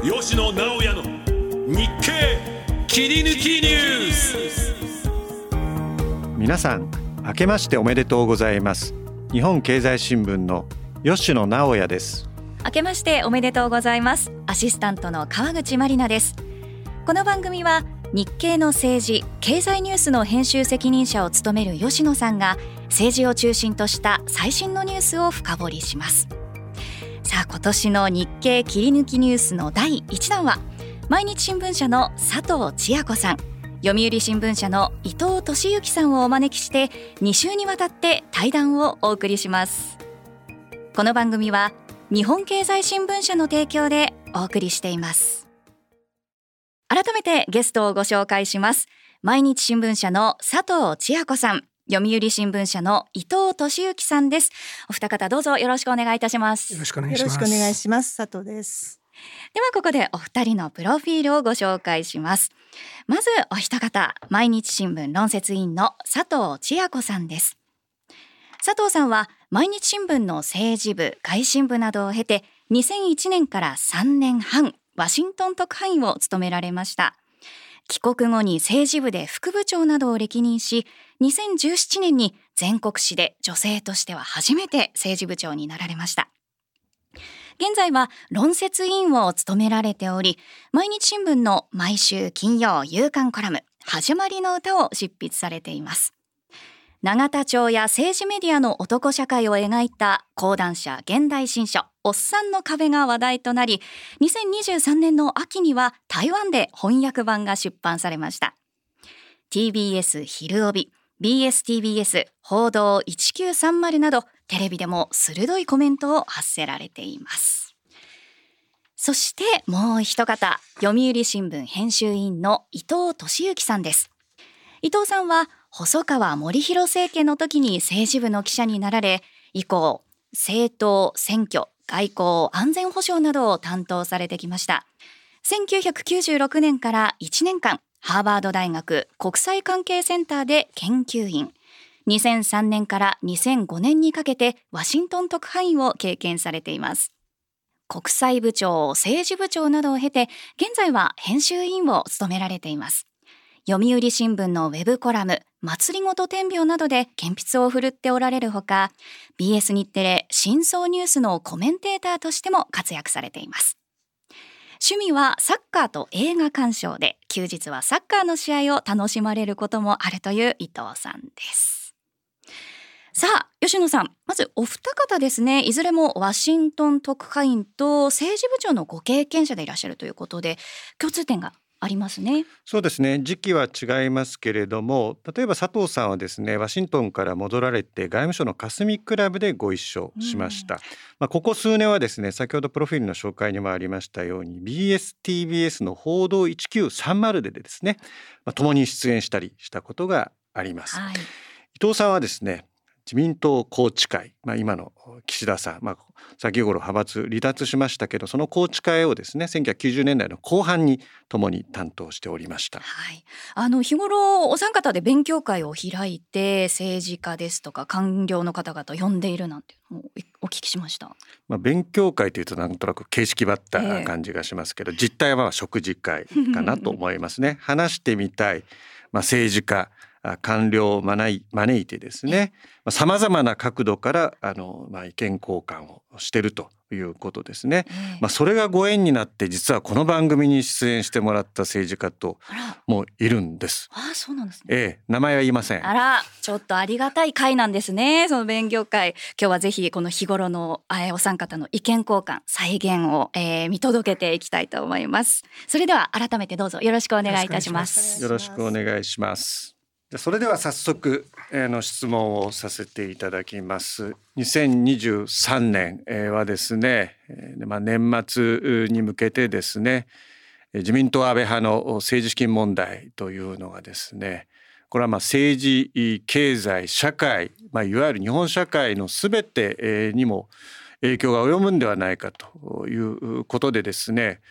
吉野直哉の日経切り抜きニュース。 皆さん明けましておめでとうございます。日本経済新聞の吉野直哉です。 明けましておめでとうございます。アシスタントの川口まりなです。この番組は日経の政治経済ニュースの編集責任者を務める吉野さんが政治を中心とした最新のニュースを深掘りします。さあ、今年の日経切り抜きニュースの第1弾は毎日新聞社の佐藤千夜子さん、読売新聞社の伊藤俊之さんをお招きして2週にわたって対談をお送りします。この番組は日本経済新聞社の提供でお送りしています。改めてゲストをご紹介します。毎日新聞社の佐藤千夜子さん、読売新聞社の伊藤俊之さんです。お二方どうぞよろしくお願いいたします。 よろしくお願いします。 よろしくお願いします。佐藤です。 ではここでお二人のプロフィールをご紹介します。まずお一方、毎日新聞論説委員の佐藤千夜子さんです。佐藤さんは毎日新聞の政治部、外信部などを経て2001年から3年半ワシントン特派員を務められました。帰国後に政治部で副部長などを歴任し、2017年に全国紙で女性としては初めて政治部長になられました。現在は論説委員を務められており、毎日新聞の毎週金曜夕刊コラム始まりの歌を執筆されています。永田町や政治メディアの男社会を描いた講談社現代新書おっさんの壁が話題となり、2023年の秋には台湾で翻訳版が出版されました。 TBS 昼帯、 BSTBS 報道1930などテレビでも鋭いコメントを発せられています。そしてもう一方、読売新聞編集委員の伊藤俊之さんです。伊藤さんは細川護熙政権の時に政治部の記者になられ、以降政党、選挙、外交、安全保障などを担当されてきました。1996年から1年間ハーバード大学国際関係センターで研究員、2003年から2005年にかけてワシントン特派員を経験されています。国際部長、政治部長などを経て現在は編集委員を務められています。読売新聞のウェブコラム祭りごと天描などで鉛筆を振るっておられるほか、 BS 日テレ深層ニュースのコメンテーターとしても活躍されています。趣味はサッカーと映画鑑賞で、休日はサッカーの試合を楽しまれることもあるという伊藤さんです。さあ吉野さん、まずお二方ですね、いずれもワシントン特派員と政治部長のご経験者でいらっしゃるということで共通点がありますね。 そうですね、時期は違いますけれども、例えば佐藤さんはですね、ワシントンから戻られて外務省の霞クラブでご一緒しました。ここ数年はですね、先ほどプロフィールの紹介にもありましたように BSTBS の報道1930でですね、共に出演したりしたことがあります。伊藤さんはですね、自民党宏池会、今の岸田さん、先頃派閥離脱しましたけど、その宏池会をですね、1990年代の後半に共に担当しておりました。 日頃お三方で勉強会を開いて政治家ですとか官僚の方々を呼んでいるなんてお聞きしました。 勉強会というとなんとなく形式ばった感じがしますけど、実態は食事会かなと思いますね。話してみたい、政治家官僚を招いてですね、さまざまな角度から意見交換をしているということですね。それがご縁になって実はこの番組に出演してもらった政治家ともいるんです。 そうなんですね。 名前は言いません。 ちょっとありがたい会なんですね。その勉強会、今日はぜひこの日頃のお三方の意見交換再現を、見届けていきたいと思います。それでは改めてどうぞよろしくお願いいたします。 よろしくお願いします。それでは早速質問をさせていただきます。2023年はですね、年末に向けてですね、自民党安倍派の政治資金問題というのがですね、これは政治、経済、社会、いわゆる日本社会のすべてにも影響が及ぶんではないかということでですね、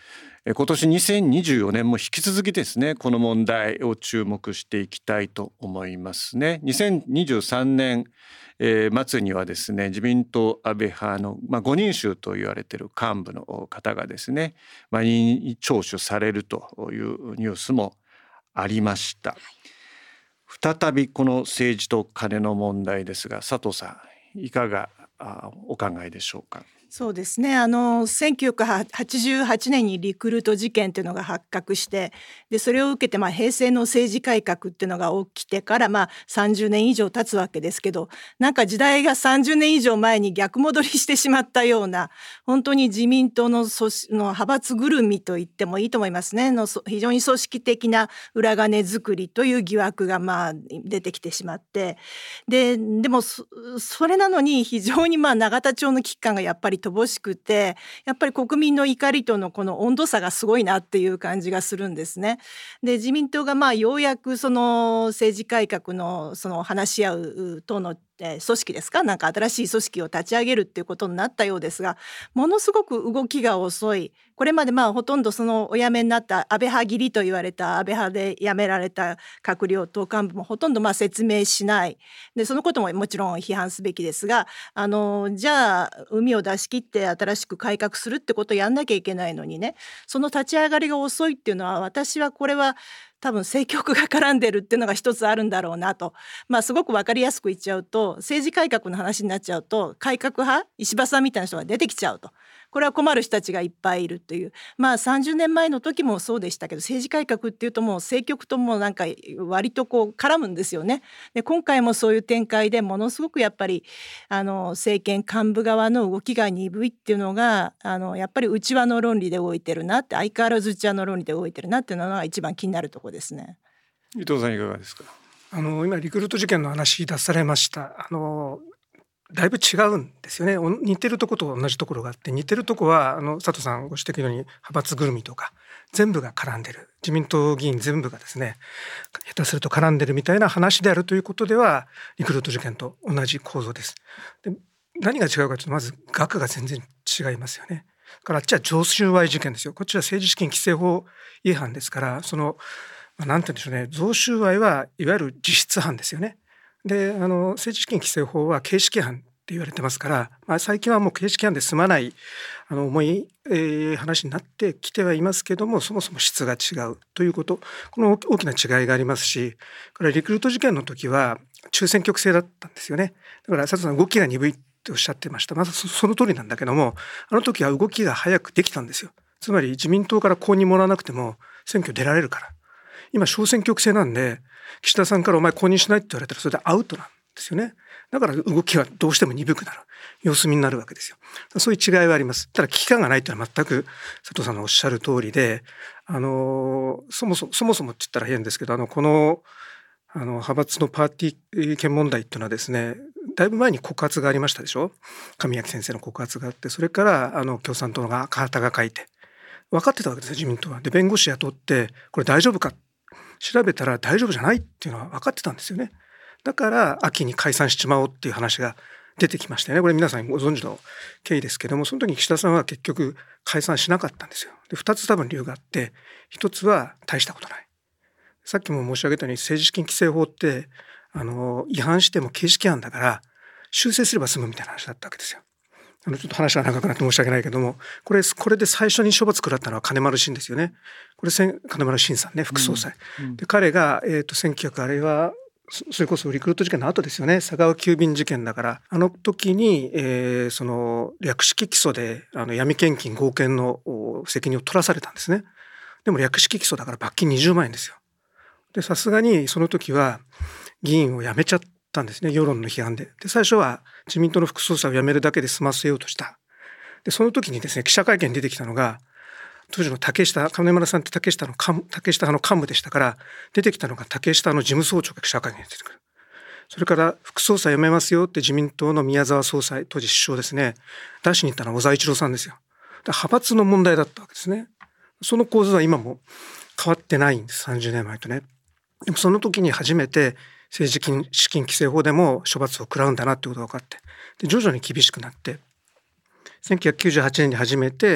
今年2024年も引き続きですね、この問題を注目していきたいと思いますね。2023年末にはですね、自民党安倍派の5人衆と言われている幹部の方がですね、任意聴取されるというニュースもありました。再びこの政治と金の問題ですが、佐藤さんいかがお考えでしょうか。 そうですね、1988年にリクルート事件というのが発覚して、でそれを受けて平成の政治改革っていうのが起きてから30年以上経つわけですけど、なんか時代が30年以上前に逆戻りしてしまったような、本当に自民党の派閥ぐるみと言ってもいいと思いますねの非常に組織的な裏金作りという疑惑が出てきてしまって、でも それなのに非常に永田町の危機感がやっぱり乏しくて、やっぱり国民の怒りとのこの温度差がすごいなっていう感じがするんですね。で自民党がようやくその政治改革の話し合う党の組織ですか、なんか新しい組織を立ち上げるっていうことになったようですが、ものすごく動きが遅い。これまでほとんどそのお辞めになった安倍派切りと言われた安倍派で辞められた閣僚党幹部もほとんど説明しない。でそのことももちろん批判すべきですが、じゃあ海を出し切って新しく改革するってことをやんなきゃいけないのにね、その立ち上がりが遅いっていうのは、私はこれは多分政局が絡んでるっていうのが一つあるんだろうなと、すごく分かりやすく言っちゃうと、政治改革の話になっちゃうと改革派石破さんみたいな人が出てきちゃうと、これは困る人たちがいっぱいいるという、30年前の時もそうでしたけど、政治改革っていうともう政局ともなんか割と絡むんですよね。で今回もそういう展開でものすごくやっぱり政権幹部側の動きが鈍いっていうのがやっぱり内輪の論理で動いてるなって、相変わらず内輪の論理で動いてるなっていうのが一番気になるところですね。 伊藤さんいかがですか。 今リクルート事件の話出されました。だいぶ違うんですよね。似てるところと同じところがあって、似てるところは佐藤さんご指摘のように派閥ぐるみとか全部が絡んでる、自民党議員全部がですね下手すると絡んでるみたいな話であるということでは、リクルート事件と同じ構造です。で何が違うかというと、まず額が全然違いますよね。からあっちは贈収賄事件ですよ。こっちは政治資金規正法違反ですから、なんて言うんでしょうね、贈収賄はいわゆる実質犯ですよね。で政治資金規正法は形式犯って言われてますから、最近はもう形式犯で済まない重い、話になってきてはいますけども、そもそも質が違うということ、この大きな違いがありますし、これリクルート事件の時は中選挙区制だったんですよね。だから佐藤さん動きが鈍いっておっしゃってました。その通りなんだけども、あの時は動きが早くできたんですよ。つまり自民党から公認もらわなくても選挙出られるから。今小選挙区制なんで、岸田さんからお前公認しないって言われたらそれでアウトなんですよね。だから動きはどうしても鈍くなる、様子見になるわけですよ。そういう違いはあります。ただ危機感がないというのは全く佐藤さんのおっしゃる通りで、そもそもって言ったら変ですけど、この派閥のパーティー券問題っていうのはですね、だいぶ前に告発がありましたでしょ。神谷先生の告発があって、それから共産党の方が書いて分かってたわけですよ、自民党は。で弁護士雇ってこれ大丈夫か調べたら大丈夫じゃないっていうのは分かってたんですよね。だから秋に解散しちまおうっていう話が出てきましたよね。これ皆さんご存知の経緯ですけども、その時に岸田さんは結局解散しなかったんですよ。で2つ多分理由があって、1つは大したことない。さっきも申し上げたように政治資金規正法って違反しても形式案だから修正すれば済むみたいな話だったわけですよ。ちょっと話が長くなって申し訳ないけども、これで最初に処罰食らったのは金丸信ですよね。これ金丸信さんね、副総裁、で彼が1900あれはそれこそリクルート事件の後ですよね。佐川急便事件だから、あの時に、その略式起訴で闇献金合憲の責任を取らされたんですね。でも略式起訴だから罰金20万円ですよ。でさすがにその時は議員を辞めちゃったんですね、世論の批判で。で最初は自民党の副総裁を辞めるだけで済ませようとした。でその時にですね、記者会見に出てきたのが当時の金村さんって竹下派の幹部でしたから、出てきたのが竹下の事務総長が記者会見に出てくる。それから副総裁辞めますよって自民党の宮沢総裁、当時首相ですね、出しに行ったのは小沢一郎さんですよ。派閥の問題だったわけですね。その構図は今も変わってないんです、30年前とね。でもその時に初めて政治資金規正法でも処罰を食らうんだなってことが分かって、で徐々に厳しくなって1998年に初めて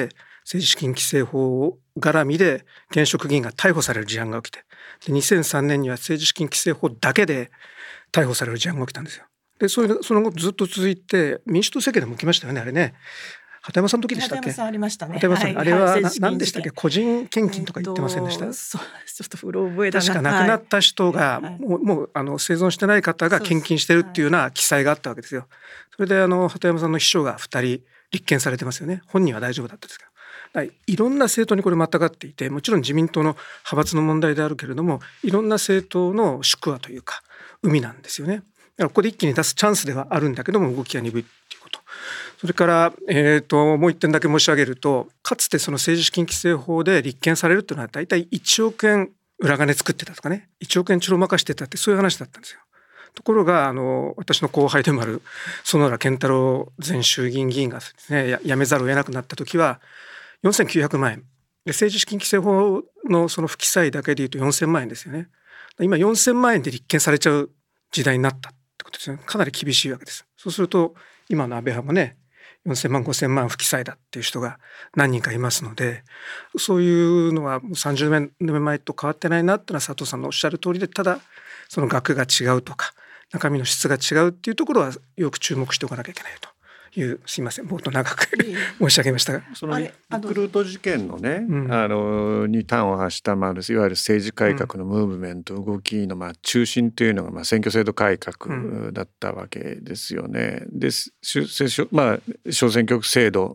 政治資金規正法絡みで現職議員が逮捕される事案が起きて、で2003年には政治資金規正法だけで逮捕される事案が起きたんですよ。でその後ずっと続いて民主党政権でも起きましたよね、あれね。畑山さんの時でしたっけ。 畑山さんありましたね。 畑山さん、 はい、 あれははい、 何でしたっけ、個人献金とか言ってませんでした、 そうちょっとうろ覚えだな。 確か亡くなった人が、 はい、 もう生存してない方が献金してるっていうような記載があったわけですよ。それで畑山さんの秘書が2人立件されてますよね。本人は大丈夫だったんですけど、いろんな政党にこれまたがっていて、もちろん自民党の派閥の問題であるけれども、いろんな政党の宿話というか海なんですよね。だからここで一気に出すチャンスではあるんだけども動きが鈍いっていうこと。それから、もう一点だけ申し上げると、かつてその政治資金規正法で立件されるというのは大体1億円裏金作ってたとかね、1億円ちょろまかしてたって、そういう話だったんですよ。ところが私の後輩でもある園原健太郎前衆議院議員がですね、辞めざるを得なくなった時は4900万円で、政治資金規正法のその不記載だけでいうと4000万円ですよね。今4000万円で立件されちゃう時代になったってことですね。かなり厳しいわけです。そうすると今の安倍派もね、4000万5000万不記載だっていう人が何人かいますので、そういうのは30年前と変わってないなってのは佐藤さんのおっしゃる通りで、ただその額が違うとか中身の質が違うっていうところはよく注目しておかなきゃいけないという、すいません冒頭長く申し上げましたが、 そのリクルート事件のね、に端を発した、いわゆる政治改革のムーブメント、動きの中心というのが選挙制度改革だったわけですよね。で小選挙区制度、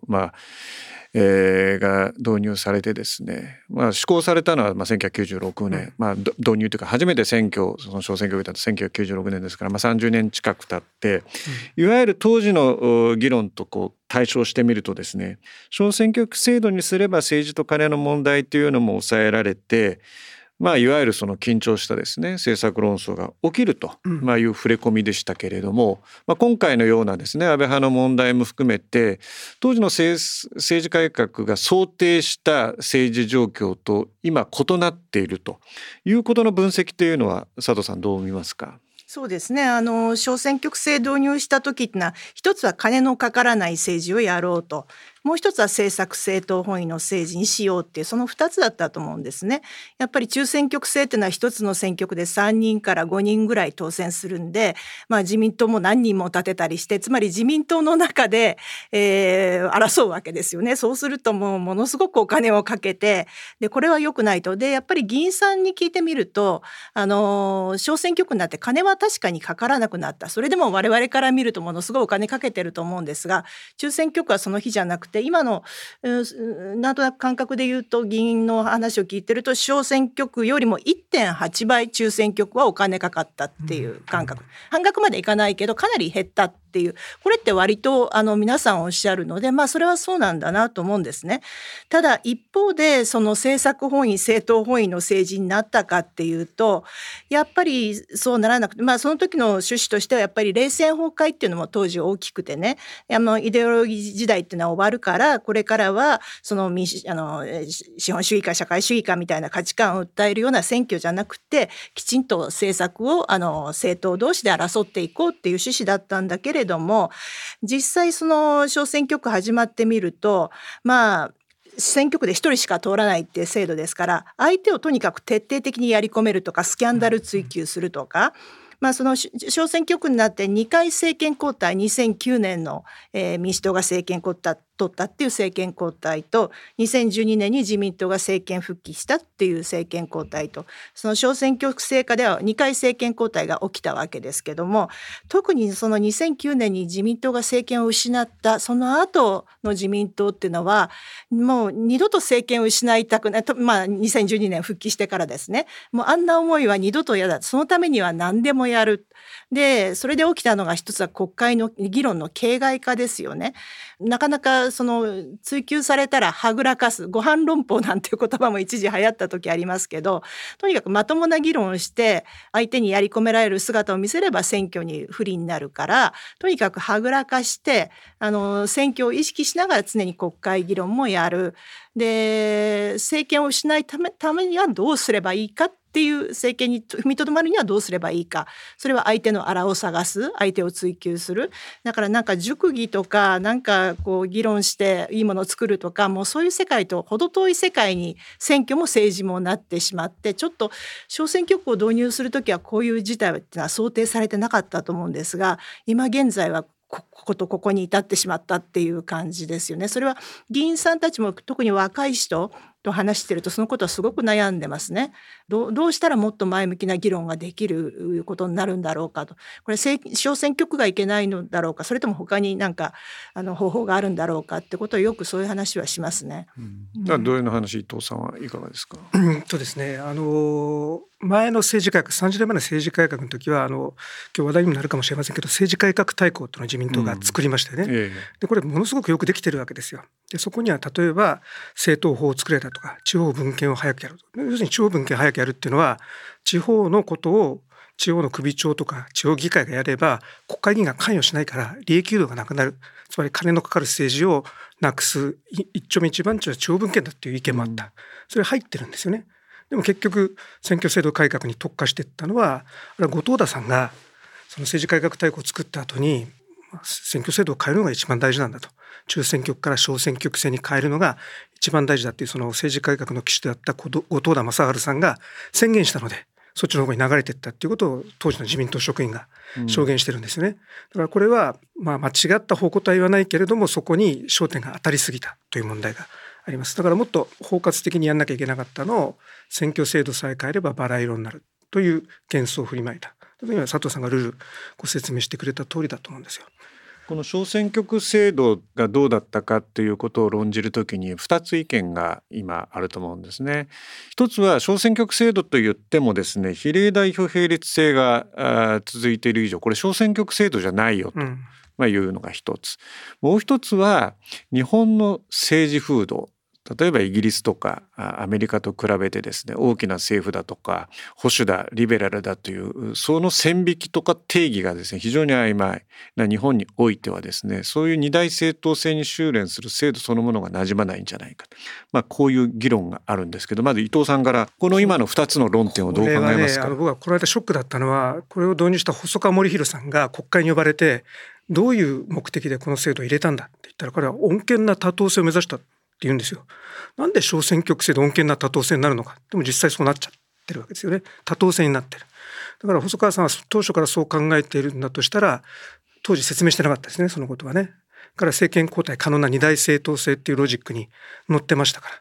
が導入されてですね、施行されたのは1996年、導入というか初めてその小選挙区だと1996年ですから、30年近く経って、いわゆる当時の議論と対照してみるとですね、小選挙区制度にすれば政治と金の問題というのも抑えられて、いわゆるその緊張したですね政策論争が起きるという触れ込みでしたけれども、今回のようなですね安倍派の問題も含めて当時の政治改革が想定した政治状況と今異なっているということの分析というのは佐藤さんどう見ますか。 そうですね、小選挙区制導入した時ってのは、一つは金のかからない政治をやろうと、もう一つは政策政党本位の政治にしようっていう、その2つだったと思うんですね。やっぱり中選挙区制っていうのは一つの選挙区で3人から5人ぐらい当選するんで、自民党も何人も立てたりして、つまり自民党の中で、争うわけですよね。そうするとものすごくお金をかけて、でこれは良くないと。でやっぱり議員さんに聞いてみると、小選挙区になって金は確かにかからなくなった。それでも我々から見るとものすごいお金かけてると思うんですが、中選挙区はその日じゃなくて、今のなんとなく感覚で言うと議員の話を聞いてると、小選挙区よりも 1.8 倍中選挙区はお金かかったっていう感覚、半額までいかないけどかなり減ったっていう、これって割と皆さんおっしゃるので、それはそうなんだなと思うんですね。ただ一方でその政策本位政党本位の政治になったかっていうと、やっぱりそうならなくて、その時の趣旨としてはやっぱり冷戦崩壊っていうのも当時大きくてね、イデオロギー時代っていうのは終わるから、これからはその資本主義か社会主義かみたいな価値観を訴えるような選挙じゃなくて、きちんと政策を政党同士で争っていこうっていう趣旨だったんだけれども、実際その小選挙区始まってみると、選挙区で1人しか通らないっていう制度ですから、相手をとにかく徹底的にやり込めるとか、スキャンダル追及するとか、その小選挙区になって2回政権交代、2009年の、民主党が政権取ったっていう政権交代と、2012年に自民党が政権復帰したっていう政権交代と、その小選挙区制下では2回政権交代が起きたわけですけども、特にその2009年に自民党が政権を失ったその後の自民党っていうのは、もう二度と政権を失いたくない、2012年復帰してからですね、もうあんな思いは二度と嫌だ、そのためには何でもやる。でそれで起きたのが一つは国会の議論の形骸化ですよね。なかなかその追及されたらはぐらかす、ご飯論法なんていう言葉も一時流行った時ありますけど、とにかくまともな議論をして相手にやり込められる姿を見せれば選挙に不利になるから、とにかくはぐらかして選挙を意識しながら常に国会議論もやる。で政権を失いためにはどうすればいいかっっていう政権に踏みとどまるにはどうすればいいか、それは相手のあらを探す、相手を追求する。だからなんか熟議とかなんかこう議論していいものを作るとか、もうそういう世界と程遠い世界に選挙も政治もなってしまって、ちょっと小選挙区を導入するときはこういう事態っていうのは想定されてなかったと思うんですが、今現在はこことここに至ってしまったっていう感じですよね。それは議員さんたちも特に若い人と話してるとそのことはすごく悩んでますね。どうしたらもっと前向きな議論ができることになるんだろうかと。これ小選挙区がいけないのだろうか、それとも他になんか方法があるんだろうかってことをよくそういう話はしますね。 同様の話、伊藤さんはいかがですか？ ですね、前の政治改革、30年前の政治改革の時は今日話題にもなるかもしれませんけど、政治改革大綱というのを自民党が作りましたよね。でこれものすごくよくできてるわけですよ。でそこには例えば政党法を作れたとか、地方分権を早くやる。要するに地方分権を早くやるっていうのは、地方のことを地方の首長とか地方議会がやれば国会議員が関与しないから利益誘導がなくなる、つまり金のかかる政治をなくす一丁目一番地は地方分権だっていう意見もあった。それ入ってるんですよね。でも結局選挙制度改革に特化していったのは、後藤田さんがその政治改革大綱を作った後に、選挙制度を変えるのが一番大事なんだと、中選挙区から小選挙区制に変えるのが一番大事だっていう、その政治改革の旗手であった後藤田正治さんが宣言したので、そっちの方に流れていったっていうことを当時の自民党職員が証言してるんですよね。だからこれは間違った方向とは言わないけれども、そこに焦点が当たりすぎたという問題があります。だからもっと包括的にやんなきゃいけなかったのを、選挙制度さえ変えればバラ色になるという幻想を振りまいた。今佐藤さんがルールご説明してくれた通りだと思うんですよ。 この小選挙区制度がどうだったかということを論じるときに2つ意見が今あると思うんですね。一つは小選挙区制度といってもですね、比例代表並立制が続いている以上、これ小選挙区制度じゃないよと、いうのが一つ。もう一つは日本の政治風土、例えばイギリスとかアメリカと比べてですね、大きな政府だとか保守だリベラルだというその線引きとか定義がですね、非常に曖昧な日本においてはですね、そういう二大政党制に修練する制度そのものが馴染まないんじゃないか、こういう議論があるんですけど、まず伊藤さんからこの今の2つの論点をどう考えますか？ 僕はこの間ショックだったのは、これを導入した細川護弘さんが国会に呼ばれて、どういう目的でこの制度を入れたんだって言ったら、これは穏健な多党制を目指したって言うんですよ。なんで小選挙区制で穏健な多党制になるのか。でも実際そうなっちゃってるわけですよね。多党制になってる。だから細川さんは当初からそう考えているんだとしたら、当時説明してなかったですね、そのことはね。から政権交代可能な二大政党制っていうロジックに乗ってましたから。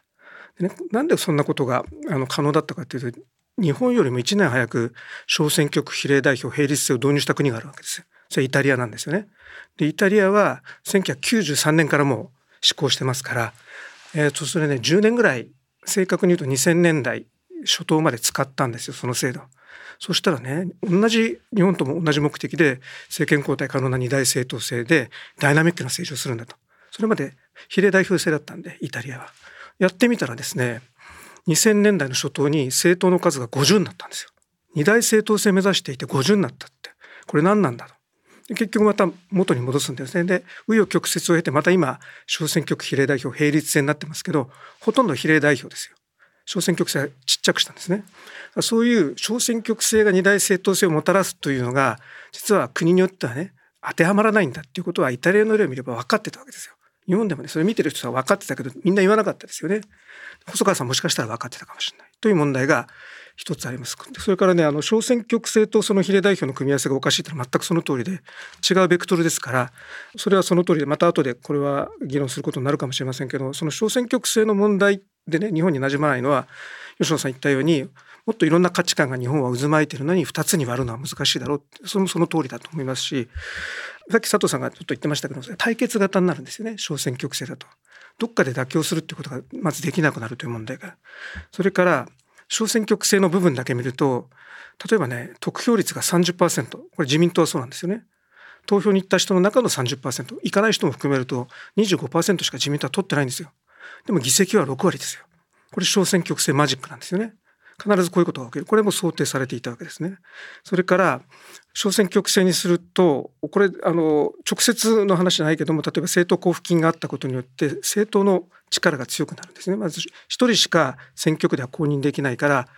でね、なんでそんなことが可能だったかというと、日本よりも1年早く小選挙区比例代表並立制を導入した国があるわけですよ。それはイタリアなんですよね。でイタリアは1993年からもう施行してますから、それね10年ぐらい、正確に言うと2000年代初頭まで使ったんですよ、その制度。そしたらね、日本とも同じ目的で政権交代可能な二大政党制でダイナミックな政治をするんだと。それまで比例代表制だったんで、イタリアはやってみたらですね、2000年代の初頭に政党の数が50になったんですよ。二大政党制目指していて50になったって、これ何なんだと。結局また元に戻すんですね。で紆余曲折を経てまた今小選挙区比例代表並立制になってますけど、ほとんど比例代表ですよ。小選挙区制はちっちゃくしたんですね。そういう小選挙区制が二大政党制をもたらすというのが、実は国によってはね当てはまらないんだっていうことはイタリアの例を見れば分かってたわけですよ。日本でもねそれ見てる人は分かってたけど、みんな言わなかったですよね。細川さんもしかしたら分かってたかもしれないという問題が一つあります。それからね、小選挙区制とその比例代表の組み合わせがおかしいというのは全くその通りで、違うベクトルですから、それはその通りで、また後でこれは議論することになるかもしれませんけど、その小選挙区制の問題でね、日本に馴染まないのは、吉野さん言ったように、もっといろんな価値観が日本は渦巻いているのに2つに割るのは難しいだろうって、その通りだと思いますし、さっき佐藤さんがちょっと言ってましたけど、対決型になるんですよね、小選挙区制だと。どっかで妥協するってことがまずできなくなるという問題が。それから小選挙区制の部分だけ見ると、例えばね、得票率が 30%、これ自民党はそうなんですよね。投票に行った人の中の 30%、行かない人も含めると 25% しか自民党は取ってないんですよ。でも議席は6割ですよ。これ小選挙区制マジックなんですよね。必ずこういうことが起きる。これも想定されていたわけですね。それから小選挙区制にすると、これ直接の話じゃないけども、例えば政党交付金があったことによって政党の力が強くなるんですね。まず一人しか選挙区では公認できないから、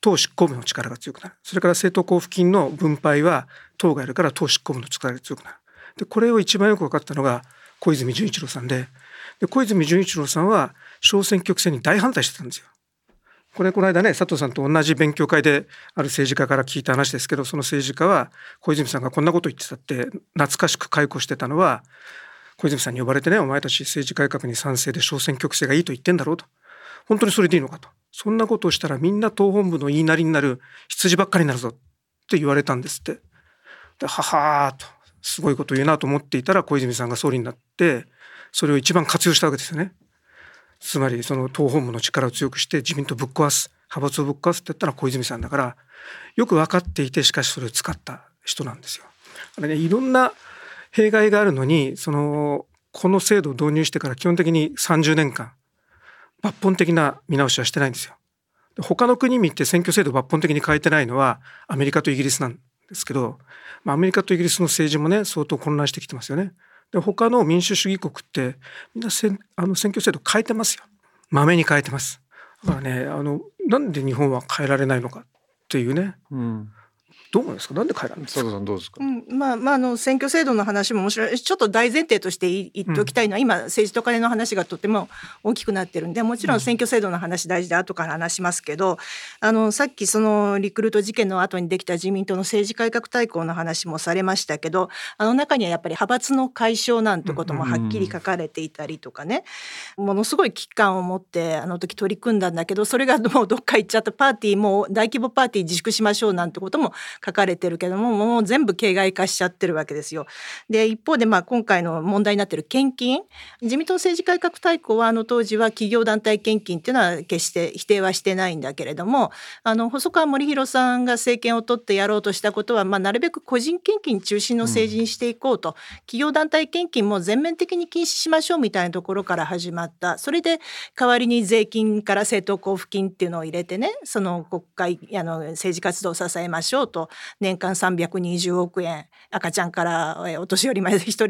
党執行部の力が強くなる。それから政党交付金の分配は党がやるから党執行部の力が強くなる。でこれを一番よく分かったのが小泉純一郎さんで、小泉純一郎さんは小選挙区制に大反対してたんですよ。この間ね、佐藤さんと同じ勉強会である政治家から聞いた話ですけど、その政治家は小泉さんがこんなこと言ってたって懐かしく回顧してたのは、小泉さんに呼ばれてね、お前たち政治改革に賛成で小選挙区制がいいと言ってんだろうと、本当にそれでいいのかと、そんなことをしたらみんな党本部の言いなりになる、羊ばっかりになるぞって言われたんですって。でははーとすごいこと言うなと思っていたら、小泉さんが総理になってそれを一番活用したわけですよね。つまりその党本部の力を強くして自民党ぶっ壊す、派閥をぶっ壊すって言ったら小泉さんだから、よく分かっていて、しかしそれを使った人なんですよ。いろんな弊害があるのに、この制度を導入してから基本的に30年間抜本的な見直しはしてないんですよ。他の国見て選挙制度を抜本的に変えてないのはアメリカとイギリスなんですけど、アメリカとイギリスの政治もね、相当混乱してきてますよね。で他の民主主義国ってみんな選挙制度変えてますよ。まめに変えてます。だからね、なんで日本は変えられないのかっていうね、どう思いますか。なんで変えられないんですか。 佐藤さんどうですか。 選挙制度の話も面白い。ちょっと大前提として言っておきたいのは、今政治と金の話がとても大きくなってるんで、もちろん選挙制度の話大事で後から話しますけど、さっきそのリクルート事件の後にできた自民党の政治改革大綱の話もされましたけど、中にはやっぱり派閥の解消なんてこともはっきり書かれていたりとかね、ものすごい危機感を持って時取り組んだんだけど、それがもうどっか行っちゃった、パーティーも大規模パーティー自粛しましょうなんてことも書かれてるけども、もう全部形骸化しちゃってるわけですよ。で一方で今回の問題になっている献金、自民党政治改革大綱は当時は企業団体献金っていうのは決して否定はしてないんだけれども、細川護弘さんが政権を取ってやろうとしたことは、なるべく個人献金中心の政治にしていこうと、企業団体献金も全面的に禁止しましょうみたいなところから始まった。それで代わりに税金から政党交付金っていうのを入れてね、その国会政治活動を支えましょうと、年間320億円、赤ちゃんからお年寄りまで1人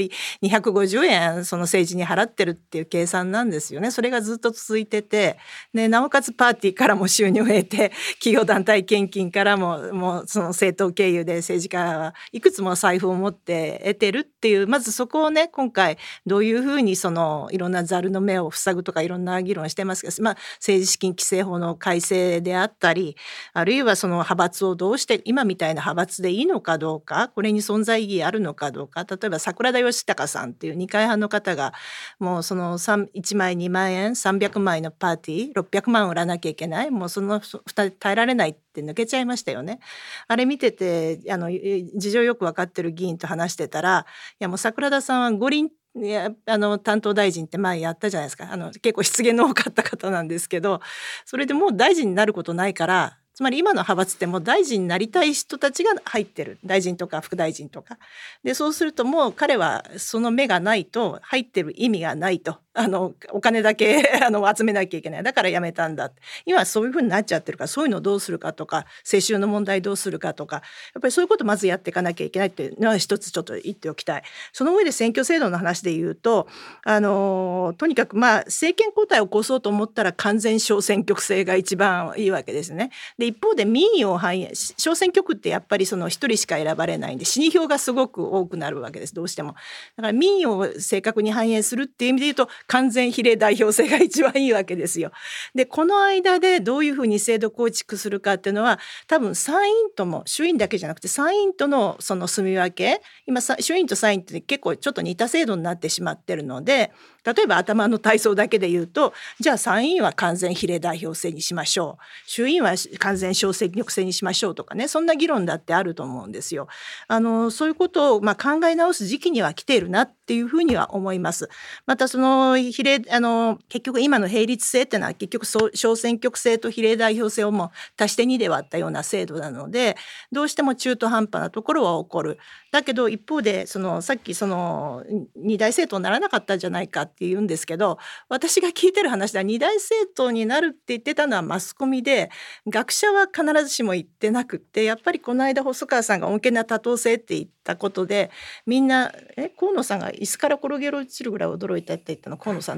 250円その政治に払ってるっていう計算なんですよね。それがずっと続いてて、でなおかつパーティーからも収入を得て、企業団体献金からもその政党経由で政治家はいくつも財布を持って得てるっていう、まずそこをね、今回どういうふうにいろんなザルの目を塞ぐとかいろんな議論してますけど、政治資金規正法の改正であったり、あるいはその派閥をどうして今みたいな派閥でいいのかどうか、これに存在意義あるのかどうか。例えば桜田義孝さんっていう二階派の方が、もうその1枚2万円300枚のパーティー600万売らなきゃいけない、もうその2人耐えられないって抜けちゃいましたよね。あれ見てて事情よく分かってる議員と話してたら、いやもう桜田さんは五輪担当大臣って前やったじゃないですか。結構失言の多かった方なんですけど、それでもう大臣になることないから、つまり今の派閥ってもう大臣になりたい人たちが入ってる、大臣とか副大臣とかで、そうするともう彼はその目がないと入ってる意味がないと、お金だけ集めなきゃいけない、だから辞めたんだ、今そういう風になっちゃってるから、そういうのをどうするかとか、世襲の問題どうするかとか、やっぱりそういうことをまずやっていかなきゃいけないっていうのは一つちょっと言っておきたい。その上で選挙制度の話で言うと、とにかく政権交代を起こそうと思ったら完全小選挙区制が一番いいわけですね。で一方で民意を反映、小選挙区ってやっぱりその一人しか選ばれないんで死に票がすごく多くなるわけです、どうしても。だから民意を正確に反映するっていう意味で言うと、完全比例代表制が一番いいわけですよ。でこの間でどういうふうに制度構築するかっていうのは、多分参院とも衆院だけじゃなくて参院とのその住み分け、今衆院と参院って結構ちょっと似た制度になってしまってるので、例えば頭の体操だけで言うと、じゃあ参院は完全比例代表制にしましょう、衆院は完全小選挙区制にしましょうとかね、そんな議論だってあると思うんですよ。そういうことを考え直す時期には来ているなっていうふうには思います。またその比例結局今の並立制っていうのは結局小選挙区制と比例代表制をも足して2で割ったような制度なので、どうしても中途半端なところは起こる。だけど一方でさっき二大政党にならなかったんじゃないかって言うんですけど、私が聞いてる話では二大政党になるって言ってたのはマスコミで、学者は必ずしも言ってなくって、やっぱりこの間細川さんが穏健な多党制って言ったことで、みんな河野さんが椅子から転げ落ちるぐらい驚いたって言ったの河野さんだっ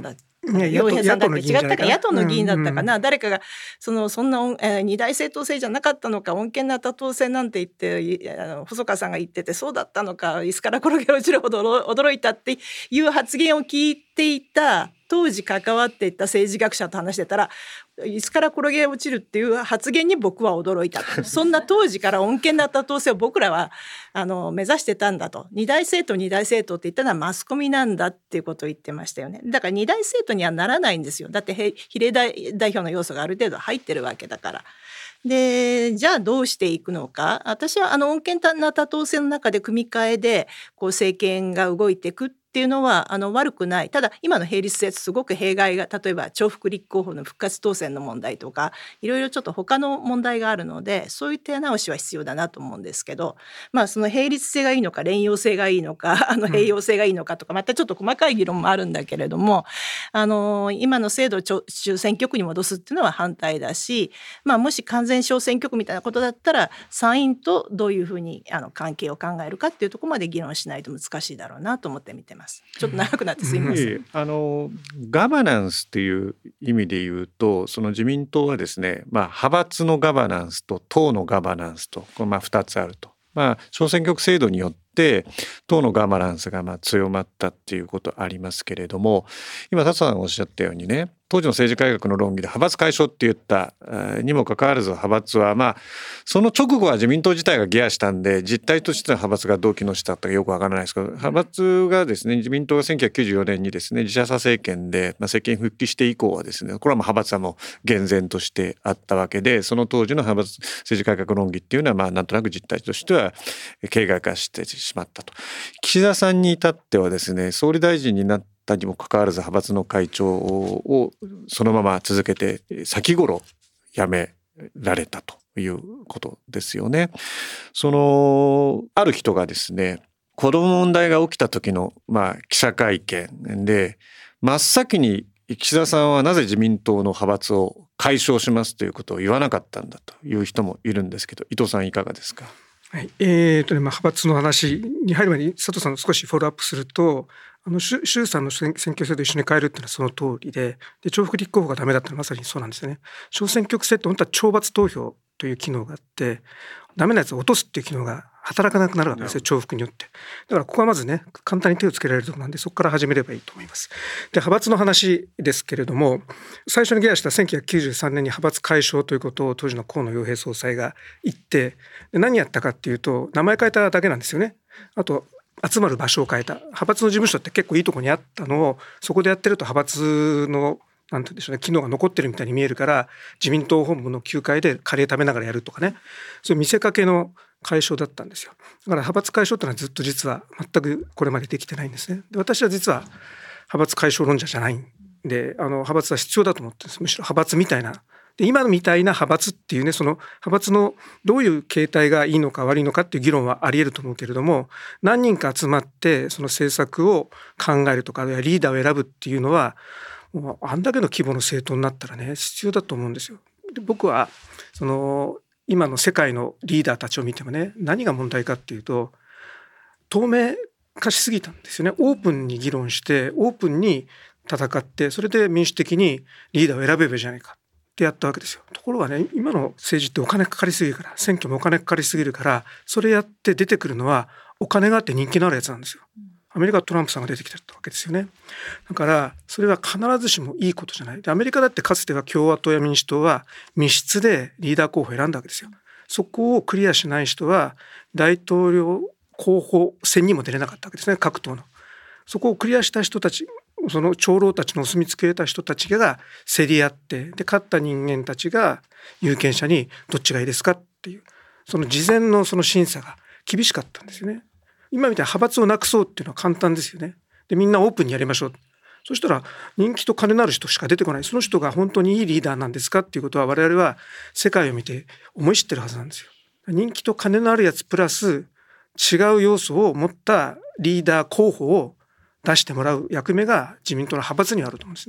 陽平さんだって違ったか野党の議員だったかな、 うんうん、 誰かがそんな、二大政党制じゃなかったのか、穏健な多党制なんて言って細川さんが言ってて、そうだったのか、椅子から転げ落ちるほど驚いたっていう発言を聞いていた当時関わっていた政治学者と話してたら、椅子から転げ落ちるっていう発言に僕は驚いたそんな当時から穏健な多党制を僕らは目指してたんだと。二大政党って言ったのはマスコミなんだっていうことを言ってましたよね。だから二大政党にはならないんですよ。だって比例代表の要素がある程度入ってるわけだから。でじゃあどうしていくのか。私は穏健な多党制の中で組み替えで政権が動いていくっていうのは悪くない。ただ今の並立制すごく弊害が、例えば重複立候補の復活当選の問題とかいろいろちょっと他の問題があるので、そういう手直しは必要だなと思うんですけど、その並立制がいいのか連用制がいいのか併用制がいいのかとか、またちょっと細かい議論もあるんだけれども、今の制度を中選挙区に戻すっていうのは反対だし、もし完全小選挙区みたいなことだったら参院とどういうふうに関係を考えるかっていうところまで議論しないと難しいだろうなと思って見てます。ちょっと長くなってすいません。 ガバナンスっていう意味で言うと、その自民党はですね、派閥のガバナンスと党のガバナンスと2つあると。小選挙区制度によって党のガバナンスが強まったっていうことありますけれども、今佐藤さんがおっしゃったようにね、当時の政治改革の論議で派閥解消って言ったにもかかわらず、派閥はその直後は自民党自体がギアしたんで、実態としての派閥がどう機能したかよくわからないですけど、派閥がですね、自民党が1994年にですね自社左政権で政権復帰して以降はですね、これは派閥はもう厳然としてあったわけで、その当時の派閥政治改革論議っていうのはなんとなく実態としては形骸化してしまったと。岸田さんに至ってはですね、総理大臣になったにもかかわらず派閥の会長をそのまま続けて先頃辞められたということですよね。ある人がですね、子ども問題が起きた時の記者会見で、真っ先に岸田さんはなぜ自民党の派閥を解消しますということを言わなかったんだという人もいるんですけど、伊藤さんいかがですか。 はい、派閥の話に入る前に佐藤さんの少しフォローアップすると、衆参の選挙制度を一緒に変えるっていうのはその通りで、重複立候補がダメだったのはまさにそうなんですよね。小選挙区制って本当は懲罰投票という機能があって、ダメなやつを落とすっていう機能が働かなくなるわけですよ、重複によって。だからここはまずね、簡単に手をつけられるところなんで、そこから始めればいいと思います。で、派閥の話ですけれども、最初にギアした1993年に派閥解消ということを当時の河野洋平総裁が言って、何やったかっていうと、名前変えただけなんですよね。あと集まる場所を変えた。派閥の事務所って結構いいところにあったのを、そこでやってると派閥のなんて言うんでしょうね、機能が残ってるみたいに見えるから、自民党本部の9階でカレー食べながらやるとかね、そういう見せかけの解消だったんですよ。だから派閥解消ってのはずっと実は全くこれまでできてないんですね。で、私は実は派閥解消論者じゃないんで、派閥は必要だと思ってるんです。むしろ派閥みたいな、で今みたいな派閥っていうね、その派閥のどういう形態がいいのか悪いのかっていう議論はあり得ると思うけれども、何人か集まってその政策を考えるとか、リーダーを選ぶっていうのはもうあんだけの規模の政党になったらね、必要だと思うんですよ。で、僕は今の世界のリーダーたちを見てもね、何が問題かっていうと、透明化しすぎたんですよね。オープンに議論してオープンに戦って、それで民主的にリーダーを選べばいいじゃないかってやったわけですよ。ところがね、今の政治ってお金かかりすぎるから、選挙もお金かかりすぎるから、それやって出てくるのはお金があって人気のあるやつなんですよ。アメリカはトランプさんが出てきたわけですよね。だからそれは必ずしもいいことじゃない。で、アメリカだってかつては共和党や民主党は密室でリーダー候補を選んだわけですよ。そこをクリアしない人は大統領候補選にも出れなかったわけですね、各党の。そこをクリアした人たち、その長老たちのお墨付けを得た人たちが競り合って、で勝った人間たちが有権者にどっちがいいですかっていう、その事前のその審査が厳しかったんですよね。今みたいな派閥をなくそうっていうのは簡単ですよね。で、みんなオープンにやりましょう。そしたら人気と金のある人しか出てこない。その人が本当にいいリーダーなんですかっていうことは、我々は世界を見て思い知ってるはずなんですよ。人気と金のあるやつプラス違う要素を持ったリーダー候補を出してもらう役目が自民党の派閥にはあると思うんですね。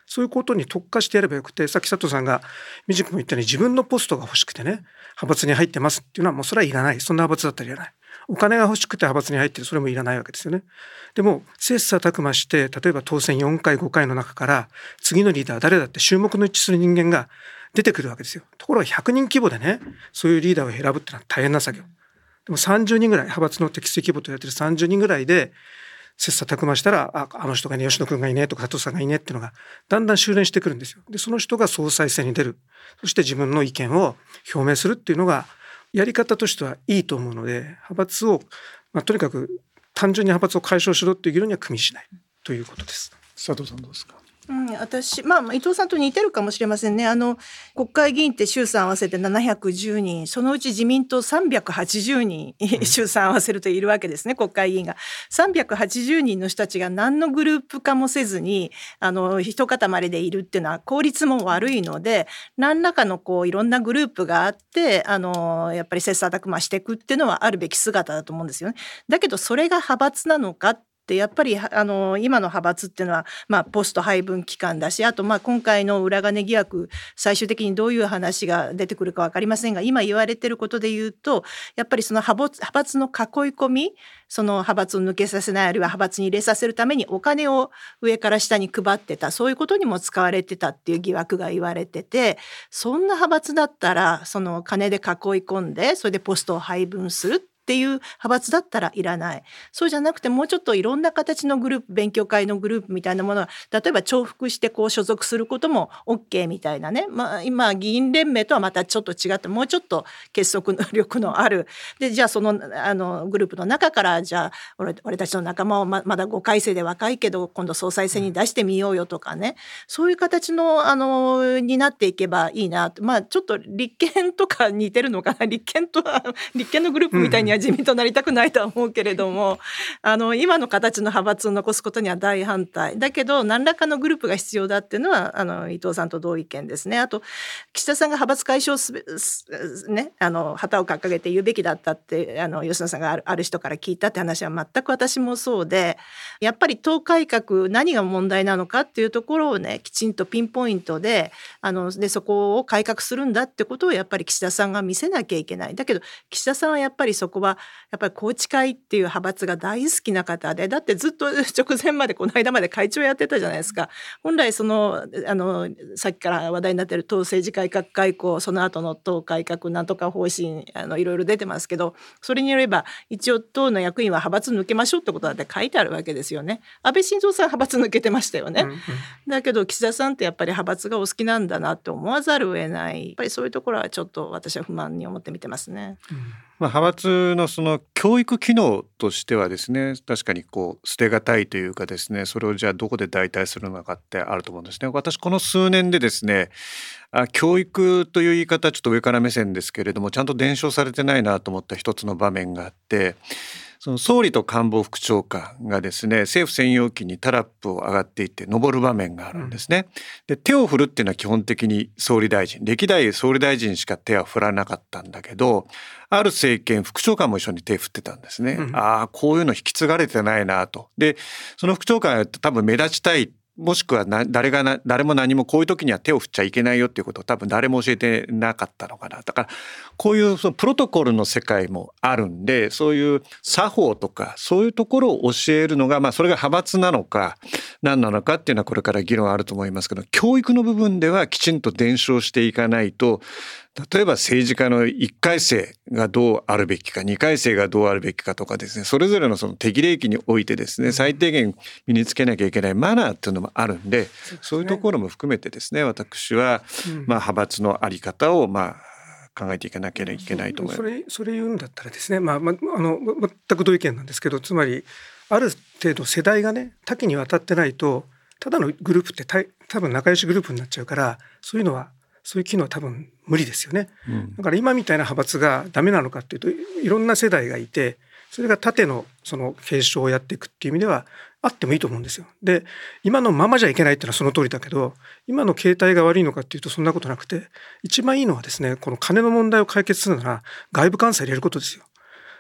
そういうことに特化してやればよくて、さっき佐藤さんが水君も言ったように自分のポストが欲しくてね派閥に入ってますっていうのはもうそれはいらない。そんな派閥だったらいらない。お金が欲しくて派閥に入ってる、それもいらないわけですよね。でも切磋琢磨して、例えば当選4回5回の中から次のリーダー誰だって注目の一致する人間が出てくるわけですよ。ところが100人規模でねそういうリーダーを選ぶってのは大変な作業。でも30人ぐらい、派閥の適正規模と言われてる30人ぐらいで切磋琢磨したら、あの人がね、吉野君がいいねとか佐藤さんがいいねっていうのがだんだん修練してくるんですよ。でその人が総裁選に出る、そして自分の意見を表明するっていうのがやり方としてはいいと思うので、派閥を、とにかく単純に派閥を解消しろっていう議論には組みしないということです。佐藤さんどうですか？ 私、伊藤さんと似てるかもしれませんね。国会議員って衆参合わせて710人、そのうち自民党380人衆参合わせるといるわけですね、国会議員が。380人の人たちが何のグループ化もせずに一塊でいるっていうのは効率も悪いので、何らかのいろんなグループがあってやっぱり切磋琢磨していくっていうのはあるべき姿だと思うんですよね。だけどそれが派閥なのかってやっぱり今の派閥っていうのは、ポスト配分機関だし、あと今回の裏金疑惑、最終的にどういう話が出てくるか分かりませんが、今言われてることで言うと、やっぱりその派閥の囲い込み、その派閥を抜けさせない、あるいは派閥に入れさせるためにお金を上から下に配ってた、そういうことにも使われてたっていう疑惑が言われてて、そんな派閥だったらその金で囲い込んで、それでポストを配分するっていう派閥だったらいらない。そうじゃなくて、もうちょっといろんな形のグループ、勉強会のグループみたいなものが、例えば重複して所属することも OK みたいなね、今議員連盟とはまたちょっと違って、もうちょっと結束力のあるで、じゃあそのグループの中から、じゃあ俺たちの仲間をまだ5回生で若いけど今度総裁選に出してみようよとかね、そういう形のになっていけばいいなと。ちょっと立憲とか似てるのかな。立憲のグループみたいには自民党なりたくないとは思うけれども、今の形の派閥を残すことには大反対だけど、何らかのグループが必要だっていうのは伊藤さんと同意見ですね。あと岸田さんが派閥解消ね、旗を掲げて言うべきだったって吉野さんがある人から聞いたって話は全く私もそうで、やっぱり党改革何が問題なのかっていうところをね、きちんとピンポイントでそこを改革するんだってことをやっぱり岸田さんが見せなきゃいけない。だけど岸田さんはやっぱりそこはやっぱり宏池会っていう派閥が大好きな方で、だってずっと直前までこの間まで会長やってたじゃないですか。本来さっきから話題になっている党政治改革外交、その後の党改革なんとか方針いろいろ出てますけど、それによれば一応党の役員は派閥抜けましょうってことだって書いてあるわけですよね。安倍晋三さん派閥抜けてましたよね、だけど岸田さんってやっぱり派閥がお好きなんだなって思わざるを得ない。やっぱりそういうところはちょっと私は不満に思って見てますね。 派閥のその教育機能としてはですね、確かに捨てがたいというかですね、それをじゃあどこで代替するのかってあると思うんですね。私この数年でですね、教育という言い方はちょっと上から目線ですけれども、ちゃんと伝承されてないなと思った一つの場面があって、その総理と官房副長官がですね、政府専用機にタラップを上がっていって登る場面があるんですね。で手を振るっていうのは基本的に総理大臣、歴代総理大臣しか手は振らなかったんだけど、ある政権副長官も一緒に手振ってたんですね。こういうの引き継がれてないなと。でその副長官は多分目立ちたい、もしくは誰も何もこういう時には手を振っちゃいけないよっていうことを多分誰も教えてなかったのかな。だからこういうそのプロトコルの世界もあるんで、そういう作法とかそういうところを教えるのが、それが派閥なのか何なのかっていうのはこれから議論あると思いますけど、教育の部分ではきちんと伝承していかないと、例えば政治家の1回生がどうあるべきか2回生がどうあるべきかとかですね、それぞれのその適齢期においてですね、最低限身につけなきゃいけないマナーっていうのもあるんで、そういうところも含めてですね、私は派閥の在り方を考えていかなきゃいけないと思います。 それ言うんだったらですね、全く同意見なんですけど、つまりある程度世代がね多岐にわたってないと、ただのグループって多分仲良しグループになっちゃうから、そういう機能は多分無理ですよね。だから今みたいな派閥がダメなのかっていうと、いろんな世代がいて、それが縦のその継承をやっていくっていう意味ではあってもいいと思うんですよ。で今のままじゃいけないっていうのはその通りだけど、今の形態が悪いのかっていうとそんなことなくて、一番いいのはですね、この金の問題を解決するなら外部監査入れることですよ。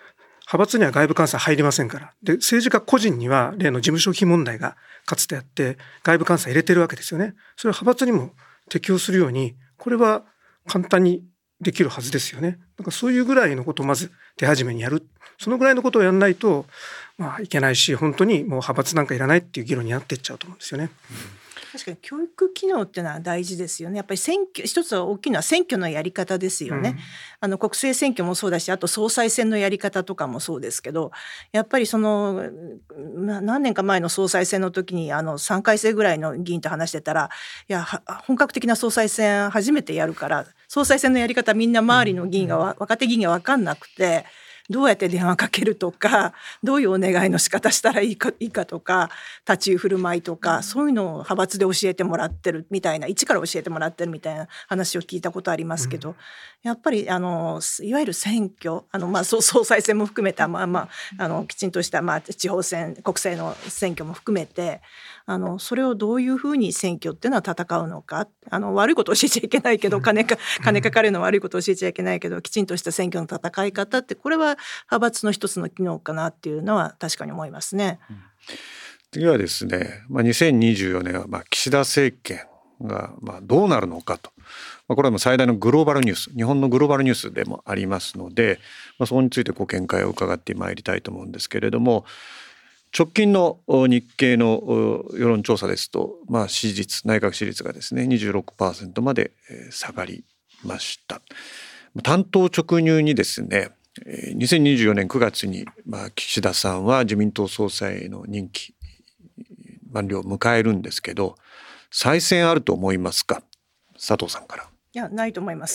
派閥には外部監査入りませんから。で、政治家個人には例の事務所費問題がかつてあって外部監査入れてるわけですよね。それは派閥にも適用するように、これは簡単にできるはずですよね。なんかそういうぐらいのことをまず手始めにやる。そのぐらいのことをやらないといけないし、本当にもう派閥なんかいらないっていう議論になっていっちゃうと思うんですよね。 確かに教育機能っていうのは大事ですよね。やっぱり一つは大きいのは選挙のやり方ですよね。国政選挙もそうだし、あと総裁選のやり方とかもそうですけど、やっぱり何年か前の総裁選の時に3回生ぐらいの議員と話してたら、いや本格的な総裁選初めてやるから総裁選のやり方みんな周りの議員が若手議員が分かんなくて、どうやって電話かけるとか、どういうお願いの仕方したらいいかとか、立ち居振る舞いとか、そういうのを派閥で教えてもらってるみたいな、一から教えてもらってるみたいな話を聞いたことありますけど、やっぱりいわゆる選挙、総裁選も含めたきちんとした地方選、国政の選挙も含めて、それをどういうふうに選挙っていうのは戦うのか、悪いことを教えちゃいけないけど、金かかるの悪いことを教えちゃいけないけど、きちんとした選挙の戦い方って、これは派閥の一つの機能かなっていうのは確かに思いますね。 次はですね、2024年は岸田政権がどうなるのかと、これはもう最大のグローバルニュース、日本のグローバルニュースでもありますので、そこについてご見解を伺ってまいりたいと思うんですけれども、直近の日経の世論調査ですと、内閣支持率がですね 26% まで下がりました。単刀直入にですね、2024年9月に岸田さんは自民党総裁の任期満了を迎えるんですけど、再選あると思いますか？佐藤さんから。 いや、ないと思います。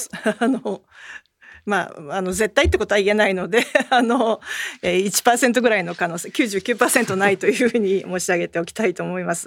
絶対ってことは言えないので1% ぐらいの可能性、 99% ないというふうに申し上げておきたいと思います。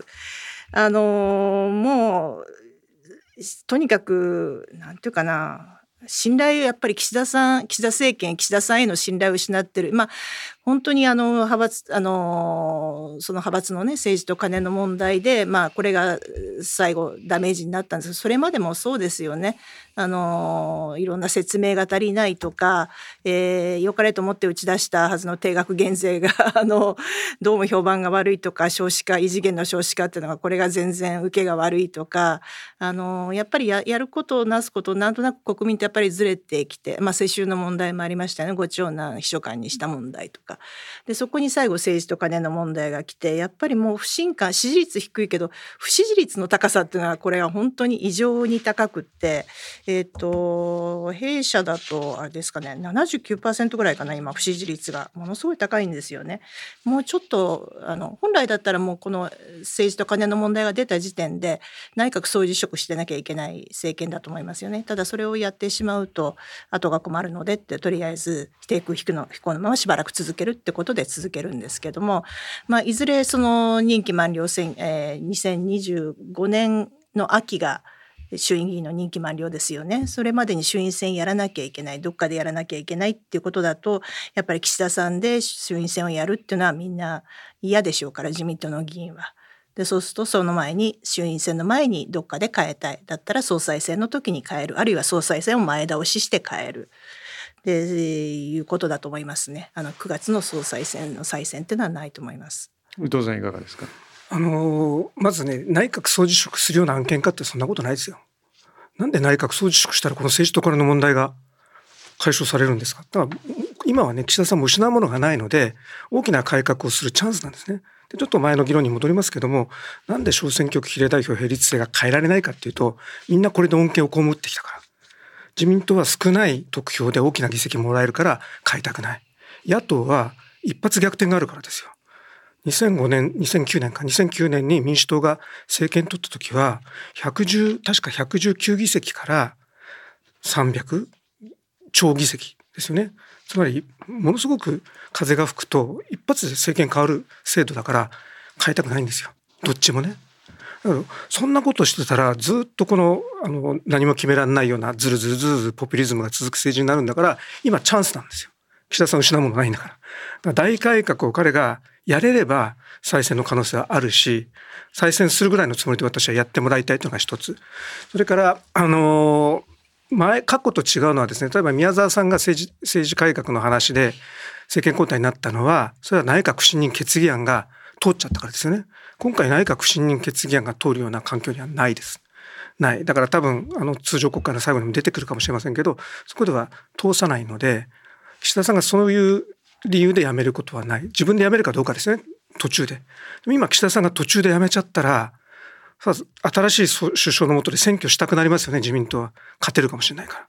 もうとにかくなんていうかな、信頼をやっぱり岸田政権、岸田さんへの信頼を失ってる。本当に派閥その派閥のね、政治と金の問題でこれが最後ダメージになったんですけど、それまでもそうですよね。いろんな説明が足りないとか、良かれと思って打ち出したはずの定額減税がどうも評判が悪いとか、少子化、異次元の少子化っていうのがこれが全然受けが悪いとか、やっぱり やることなすことなんとなく国民ってやっぱりずれてきて、世襲の問題もありましたね。ご長男秘書官にした問題とかで、そこに最後政治と金の問題が来て、やっぱりもう不信感、支持率低いけど不支持率の高さっていうのはこれは本当に異常に高くって、弊社だとあれですかね、 79% ぐらいかな、今不支持率がものすごい高いんですよね。もうちょっと本来だったらもうこの政治と金の問題が出た時点で内閣総辞職してなきゃいけない政権だと思いますよね。ただそれをやってしまうと後が困るのでって、とりあえず低空飛行のまましばらく続けるってことで続けるんですけども、いずれその任期満了2025年の秋が衆院議員の任期満了ですよね。それまでに衆院選やらなきゃいけない、どっかでやらなきゃいけないっていうことだと、やっぱり岸田さんで衆院選をやるっていうのはみんな嫌でしょうから、自民党の議員は。でそうするとその前に、衆院選の前にどっかで変えたい、だったら総裁選の時に変える、あるいは総裁選を前倒しして変えるでいうことだと思いますね。9月の総裁選の再選っていうのはないと思います。 伊藤さんいかがですか？ まずね、内閣総辞職するような案件かってそんなことないですよ。なんで内閣総辞職したらこの政治と金の問題が解消されるんですか？だから今はね、岸田さんも失うものがないので大きな改革をするチャンスなんですね。でちょっと前の議論に戻りますけども、なんで小選挙区比例代表並立制が変えられないかっていうと、みんなこれで恩恵を被ってきたから。自民党は少ない得票で大きな議席もらえるから変えたくない。野党は一発逆転があるからですよ。2009年に民主党が政権取った時は確か119議席から300超議席ですよね。つまりものすごく風が吹くと一発で政権変わる制度だから変えたくないんですよ、どっちもね。そんなことしてたらずっと何も決められないようなずるずるポピュリズムが続く政治になるんだから、今チャンスなんですよ。岸田さん失うものないんだから。だから大改革を彼がやれれば再選の可能性はあるし、再選するぐらいのつもりで私はやってもらいたいというのが一つ。それから過去と違うのはですね、例えば宮沢さんが政治改革の話で政権交代になったのは、それは内閣不信任決議案が通っちゃったからですよね。今回内閣不信任決議案が通るような環境にはないです。ない。だから多分通常国会の最後にも出てくるかもしれませんけど、そこでは通さないので、岸田さんがそういう理由で辞めることはない。自分で辞めるかどうかですね、途中で。でも今岸田さんが途中で辞めちゃったら、新しい首相の下で選挙したくなりますよね。自民党は勝てるかもしれないから。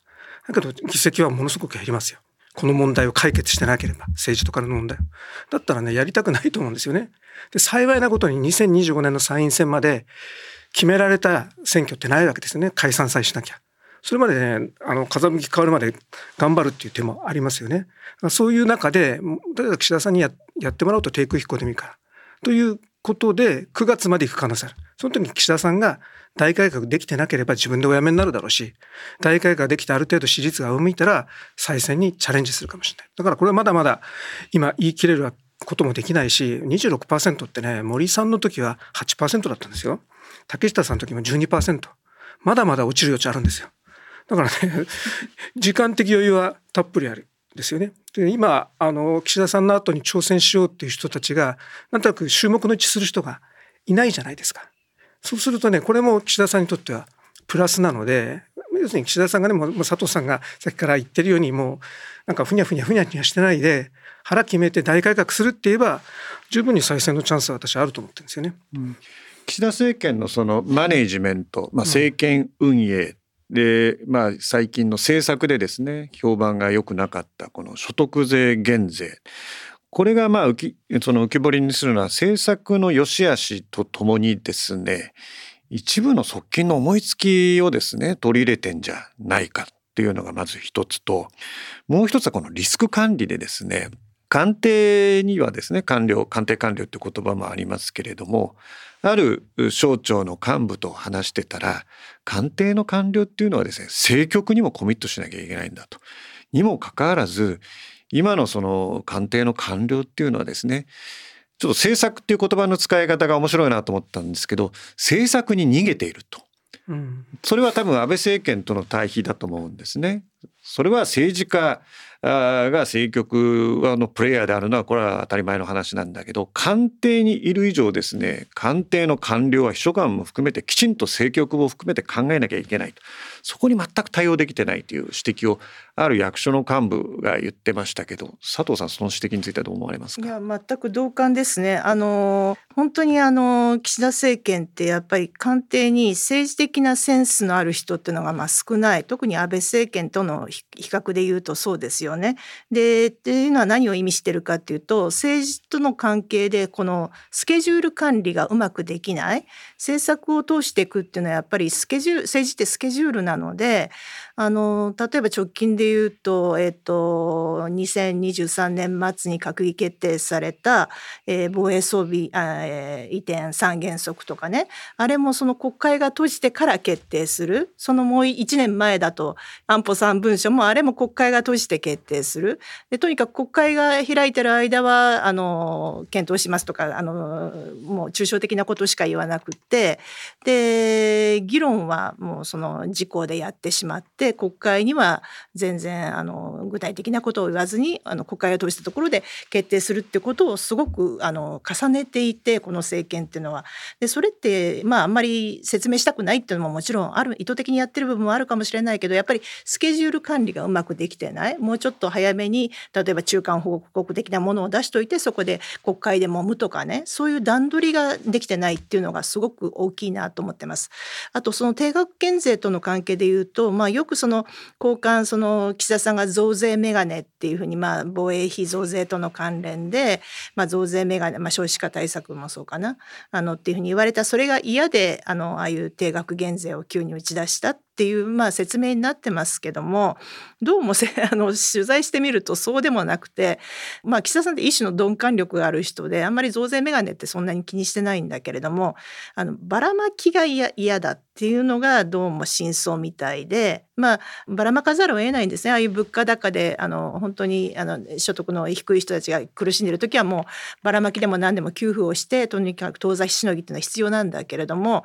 だけど議席はものすごく減りますよ。この問題を解決してなければ、政治とかの問題だったらね、やりたくないと思うんですよね。で、幸いなことに2025年の参院選まで決められた選挙ってないわけですよね。解散さえしなきゃ。それまでね、風向き変わるまで頑張るっていう手もありますよね。そういう中で、例えば岸田さんにやってもらうと低空飛行でもいいからということで9月まで行く可能性ある。その時に岸田さんが大改革できてなければ自分でお辞めになるだろうし、大改革できてある程度支持率が上向いたら再選にチャレンジするかもしれない。だからこれはまだまだ今言い切れることもできないし、 26% ってね、森さんの時は 8% だったんですよ。竹下さんの時も 12%。 まだまだ落ちる余地あるんですよ。だからね時間的余裕はたっぷりあるですよね。で、今岸田さんの後に挑戦しようっていう人たちがなんとなく注目の位置する人がいないじゃないですか。そうするとね、これも岸田さんにとってはプラスなので、要するに岸田さんがね、もう佐藤さんがさっきから言ってるように、もうなんかふにゃふにゃしてないで腹決めて大改革するって言えば十分に再選のチャンスは私はあると思ってるんですよね。 岸田政権のそのマネージメント、政権運営で、最近の政策でですね、評判が良くなかったこの所得税減税、これが浮き彫りにするのは政策の良し悪しとともにですね、一部の側近の思いつきをですね取り入れてんじゃないかっていうのがまず一つと、もう一つはこのリスク管理でですね、官邸にはですね官邸官僚って言葉もありますけれども、ある省庁の幹部と話してたら、官邸の官僚っていうのはですね政局にもコミットしなきゃいけないんだと。にもかかわらず今のその官邸の官僚っていうのはですね、ちょっと政策っていう言葉の使い方が面白いなと思ったんですけど、政策に逃げていると。それは多分安倍政権との対比だと思うんですね。それは政治家が政局のプレイヤーであるのはこれは当たり前の話なんだけど、官邸にいる以上ですね、官邸の官僚は秘書官も含めてきちんと政局を含めて考えなきゃいけないと。そこに全く対応できてないという指摘をある役所の幹部が言ってましたけど、佐藤さん、その指摘についてはどう思われますか？ いや、全く同感ですね。本当に岸田政権ってやっぱり官邸に政治的なセンスのある人っていうのが少ない。特に安倍政権との比較で言うとそうですよね。で、っていうのは何を意味してるかっていうと、政治との関係でこのスケジュール管理がうまくできない、政策を通していくっていうのはやっぱり政治ってスケジュールなので、例えば直近で言うと、2023年末に閣議決定された、防衛装備移転3原則とかね、あれもその国会が閉じてから決定する。そのもう1年前だと安保3文書もあれも国会が閉じて決定する。で、とにかく国会が開いてる間は検討しますとかもう抽象的なことしか言わなくって、で議論はもうその事項でやってしまって、国会には全然具体的なことを言わずに国会が通したところで決定するってことをすごく重ねていて、この政権っていうのは。でそれってあんまり説明したくないっていうのももちろんある、意図的にやってる部分もあるかもしれないけど、やっぱりスケジュール管理がうまくできてない。もうちょっと早めに例えば中間報告的なものを出しといて、そこで国会で揉むとかね、そういう段取りができてないっていうのがすごく大きいなと思ってます。あとその定額減税との関係でいうと、よく交換岸田さんが増税メガネっていうふうに防衛費増税との関連で、増税メガネ、少子化対策もそうかなっていうふうに言われた。それが嫌でああいう定額減税を急に打ち出したっていう説明になってますけども、どうも取材してみるとそうでもなくて、岸田さんって一種の鈍感力がある人で、あんまり増税メガネってそんなに気にしてないんだけれども、ばらまきが嫌だっていうのがどうも真相みたいで、ばらまかざるを得ないんですね。ああいう物価高で本当に所得の低い人たちが苦しんでいる時はもうばらまきでも何でも給付をして、とにかく当座しのぎっていうのは必要なんだけれども、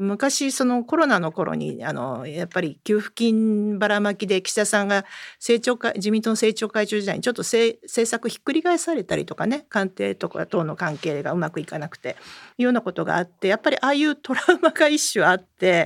昔そのコロナの頃にやっぱり給付金ばらまきで岸田さんが自民党の政調会長時代にちょっと政策ひっくり返されたりとかね、官邸とかとの関係がうまくいかなくていうようなことがあって、やっぱりああいうトラウマが一種あって、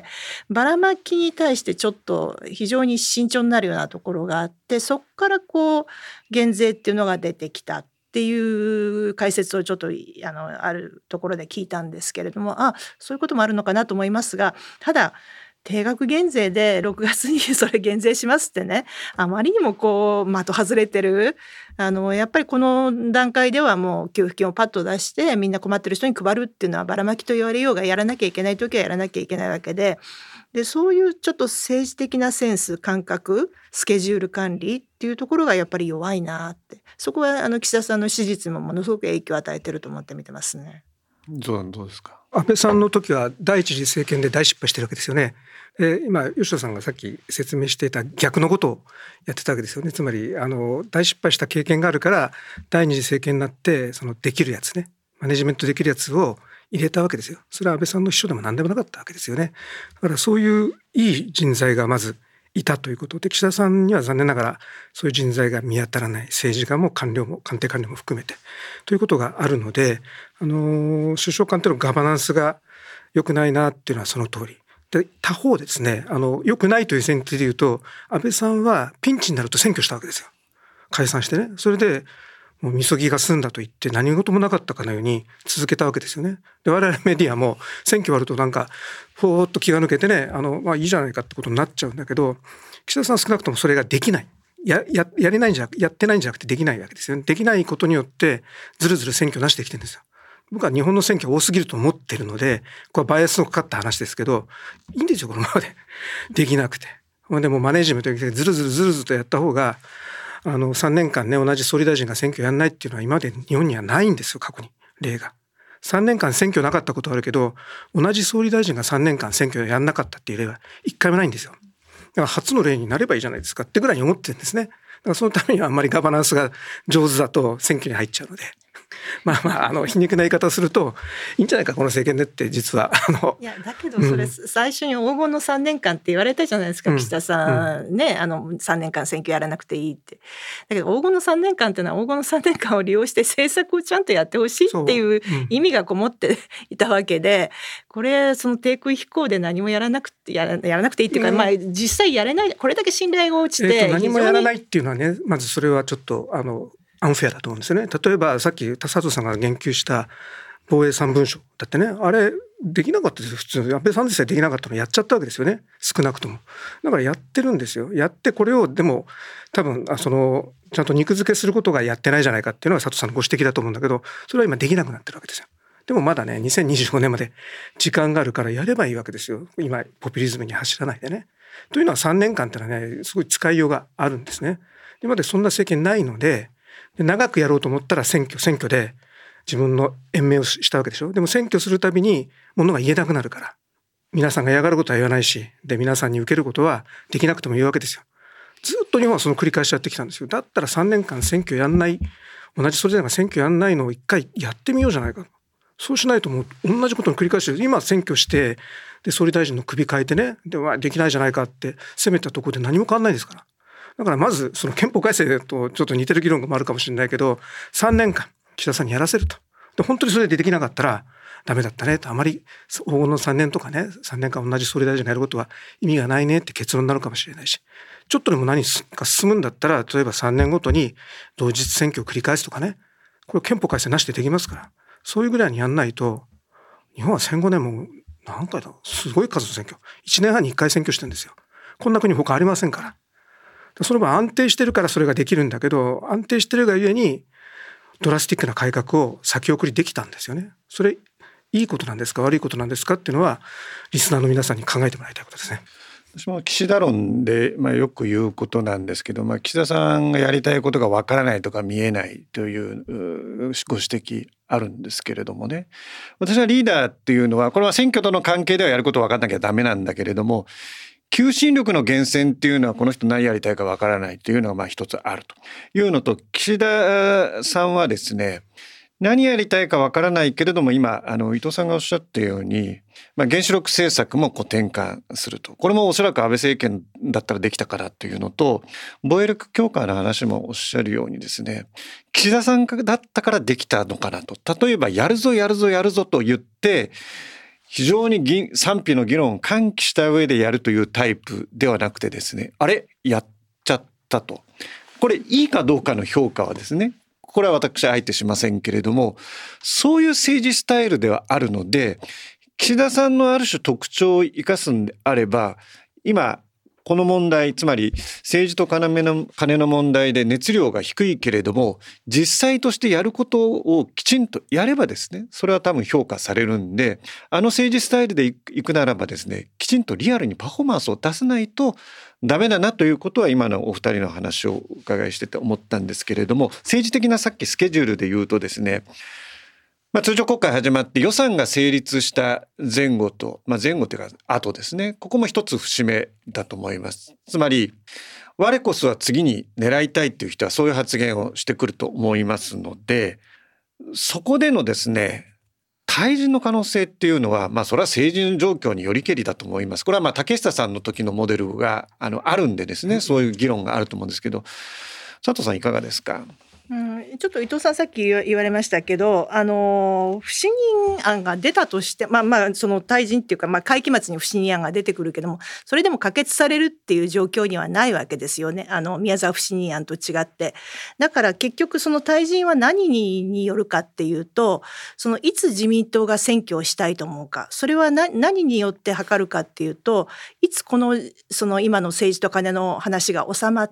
ばらまきに対してちょっと非常に慎重になるようなところがあって、そこから減税っていうのが出てきたっていう解説をちょっとあるところで聞いたんですけれども、そういうこともあるのかなと思いますが、ただ定額減税で6月にそれ減税しますってね、あまりにも的外れてる。やっぱりこの段階ではもう給付金をパッと出してみんな困ってる人に配るっていうのはばらまきと言われようが、やらなきゃいけない時はやらなきゃいけないわけで、そういうちょっと政治的なセンス、感覚、スケジュール管理っていうところがやっぱり弱いなって、そこは岸田さんの支持率もものすごく影響を与えてると思って見てますね。 どうですか。 安倍さんの時は第一次政権で大失敗してるわけですよね。今吉田さんがさっき説明していた逆のことをやってたわけですよね。つまり大失敗した経験があるから第二次政権になってできるやつね、マネジメントできるやつを入れたわけですよ。それは安倍さんの秘書でも何でもなかったわけですよね。だからそういういい人材がまずいたということで、岸田さんには残念ながらそういう人材が見当たらない、政治家も官僚も官邸官僚も含めてということがあるので、首相官邸のガバナンスが良くないなっていうのはその通りで、他方ですね、良くないという前提で言うと、安倍さんはピンチになると選挙したわけですよ。解散してね。それでもうみそぎが済んだと言って何事もなかったかのように続けたわけですよね。で、我々メディアも選挙終わるとなんかふーっと気が抜けてね、いいじゃないかってことになっちゃうんだけど、岸田さん少なくともそれができない。やってないんじゃなくてできないわけですよね。できないことによってずるずる選挙なしできてるんですよ。僕は日本の選挙多すぎると思ってるので、これはバイアスのかかった話ですけど、いいんですよこのままでできなくて。でもマネージメントでずるずるとやった方が、3年間ね、同じ総理大臣が選挙やんないっていうのは今まで日本にはないんですよ、過去に例が。3年間選挙なかったことはあるけど、同じ総理大臣が3年間選挙やんなかったっていう例は一回もないんですよ。だから初の例になればいいじゃないですかってぐらいに思ってるんですね。だからそのためにはあんまりガバナンスが上手だと選挙に入っちゃうので、皮肉な言い方をするといいんじゃないかこの政権でって実はいやだけどそれ最初に黄金の3年間って言われたじゃないですか、岸田さんね、3年間選挙やらなくていいって。だけど黄金の3年間っていうのは黄金の3年間を利用して政策をちゃんとやってほしいっていう意味がこもっていたわけで、これその低空飛行で何もやらなくていいっていうか、実際やれない、これだけ信頼が落ちて、 何もやらないっていうのはね、まずそれはちょっとアンフェアだと思うんですよね。例えばさっき佐藤さんが言及した防衛3文書だってね、あれできなかったですよ。普通安倍さんでさえできなかったのやっちゃったわけですよね、少なくとも。だからやってるんですよ。やってこれをでも多分ちゃんと肉付けすることがやってないじゃないかっていうのが佐藤さんのご指摘だと思うんだけど、それは今できなくなってるわけですよ。でもまだね2025年まで時間があるからやればいいわけですよ。今ポピュリズムに走らないでね。というのは3年間ってのはねすごい使いようがあるんですね。今までそんな政権ないので、長くやろうと思ったら選挙で自分の延命をしたわけでしょ。でも選挙するたびにものが言えなくなるから、皆さんが嫌がることは言わないし、で皆さんに受けることはできなくても言うわけですよ。ずっと日本はその繰り返しやってきたんですよ。だったら3年間選挙やんない、同じそれぞれが選挙やんないのを一回やってみようじゃないか。そうしないともう同じことの繰り返しで、今選挙してで総理大臣の首変えてね、できないじゃないかって責めたところで何も変わんないですから。だからまずその憲法改正とちょっと似てる議論もあるかもしれないけど、3年間岸田さんにやらせると。で本当にそれでできなかったらダメだったねと、あまり黄金の3年とかね、3年間同じ総理大臣がやることは意味がないねって結論になるかもしれないし、ちょっとでも何か進むんだったら、例えば3年ごとに同日選挙を繰り返すとかね、これ憲法改正なしでできますから、そういうぐらいにやんないと、日本は戦後ねもう何回だ、すごい数の選挙、1年半に1回選挙してるんですよ。こんな国他ありませんから。その分安定してるからそれができるんだけど、安定してるがゆえにドラスティックな改革を先送りできたんですよね。それいいことなんですか悪いことなんですかっていうのはリスナーの皆さんに考えてもらいたいことですね。 私も岸田論で、よく言うことなんですけど、岸田さんがやりたいことがわからないとか見えないというご指摘あるんですけれどもね、私はリーダーっていうのはこれは選挙との関係ではやることを分かんなきゃダメなんだけれども、求心力の源泉っていうのはこの人何やりたいかわからないというのが一つあるというのと、岸田さんはですね、 何やりたいかわからないけれども、今伊藤さんがおっしゃったように、原子力政策も転換すると、これもおそらく安倍政権だったらできたからというのと、防衛力強化の話もおっしゃるようにですね、岸田さんだったからできたのかなと。例えばやるぞやるぞやるぞと言って非常に賛否の議論を喚起した上でやるというタイプではなくてですね、あれやっちゃったと、これいいかどうかの評価はですね、これは私は相手しませんけれども、そういう政治スタイルではあるので、岸田さんのある種特徴を生かすんであれば、今この問題、つまり政治と金の問題で熱量が低いけれども、実際としてやることをきちんとやればですね、それは多分評価されるんで、政治スタイルでいくならばですね、きちんとリアルにパフォーマンスを出さないとダメだなということは、今のお二人の話をお伺いしてて思ったんですけれども、政治的なさっきスケジュールで言うとですね、通常国会始まって予算が成立した前後と、前後というか後ですね、ここも一つ節目だと思います。つまり我こそは次に狙いたいという人はそういう発言をしてくると思いますので、そこでのですね退陣の可能性っていうのは、それは政治状況によりけりだと思います。これは竹下さんの時のモデルがあるんでですね、そういう議論があると思うんですけど、佐藤さんいかがですか？ ちょっと伊藤さんさっき言われましたけど、不信任案が出たとして、その退陣っていうか、会期末に不信任案が出てくるけども、それでも可決されるっていう状況にはないわけですよね。宮沢不信任案と違って。だから結局その退陣は何によるかっていうと、いつ自民党が選挙をしたいと思うか、それは何によって測るかっていうと、いつその今の政治と金の話が収まって、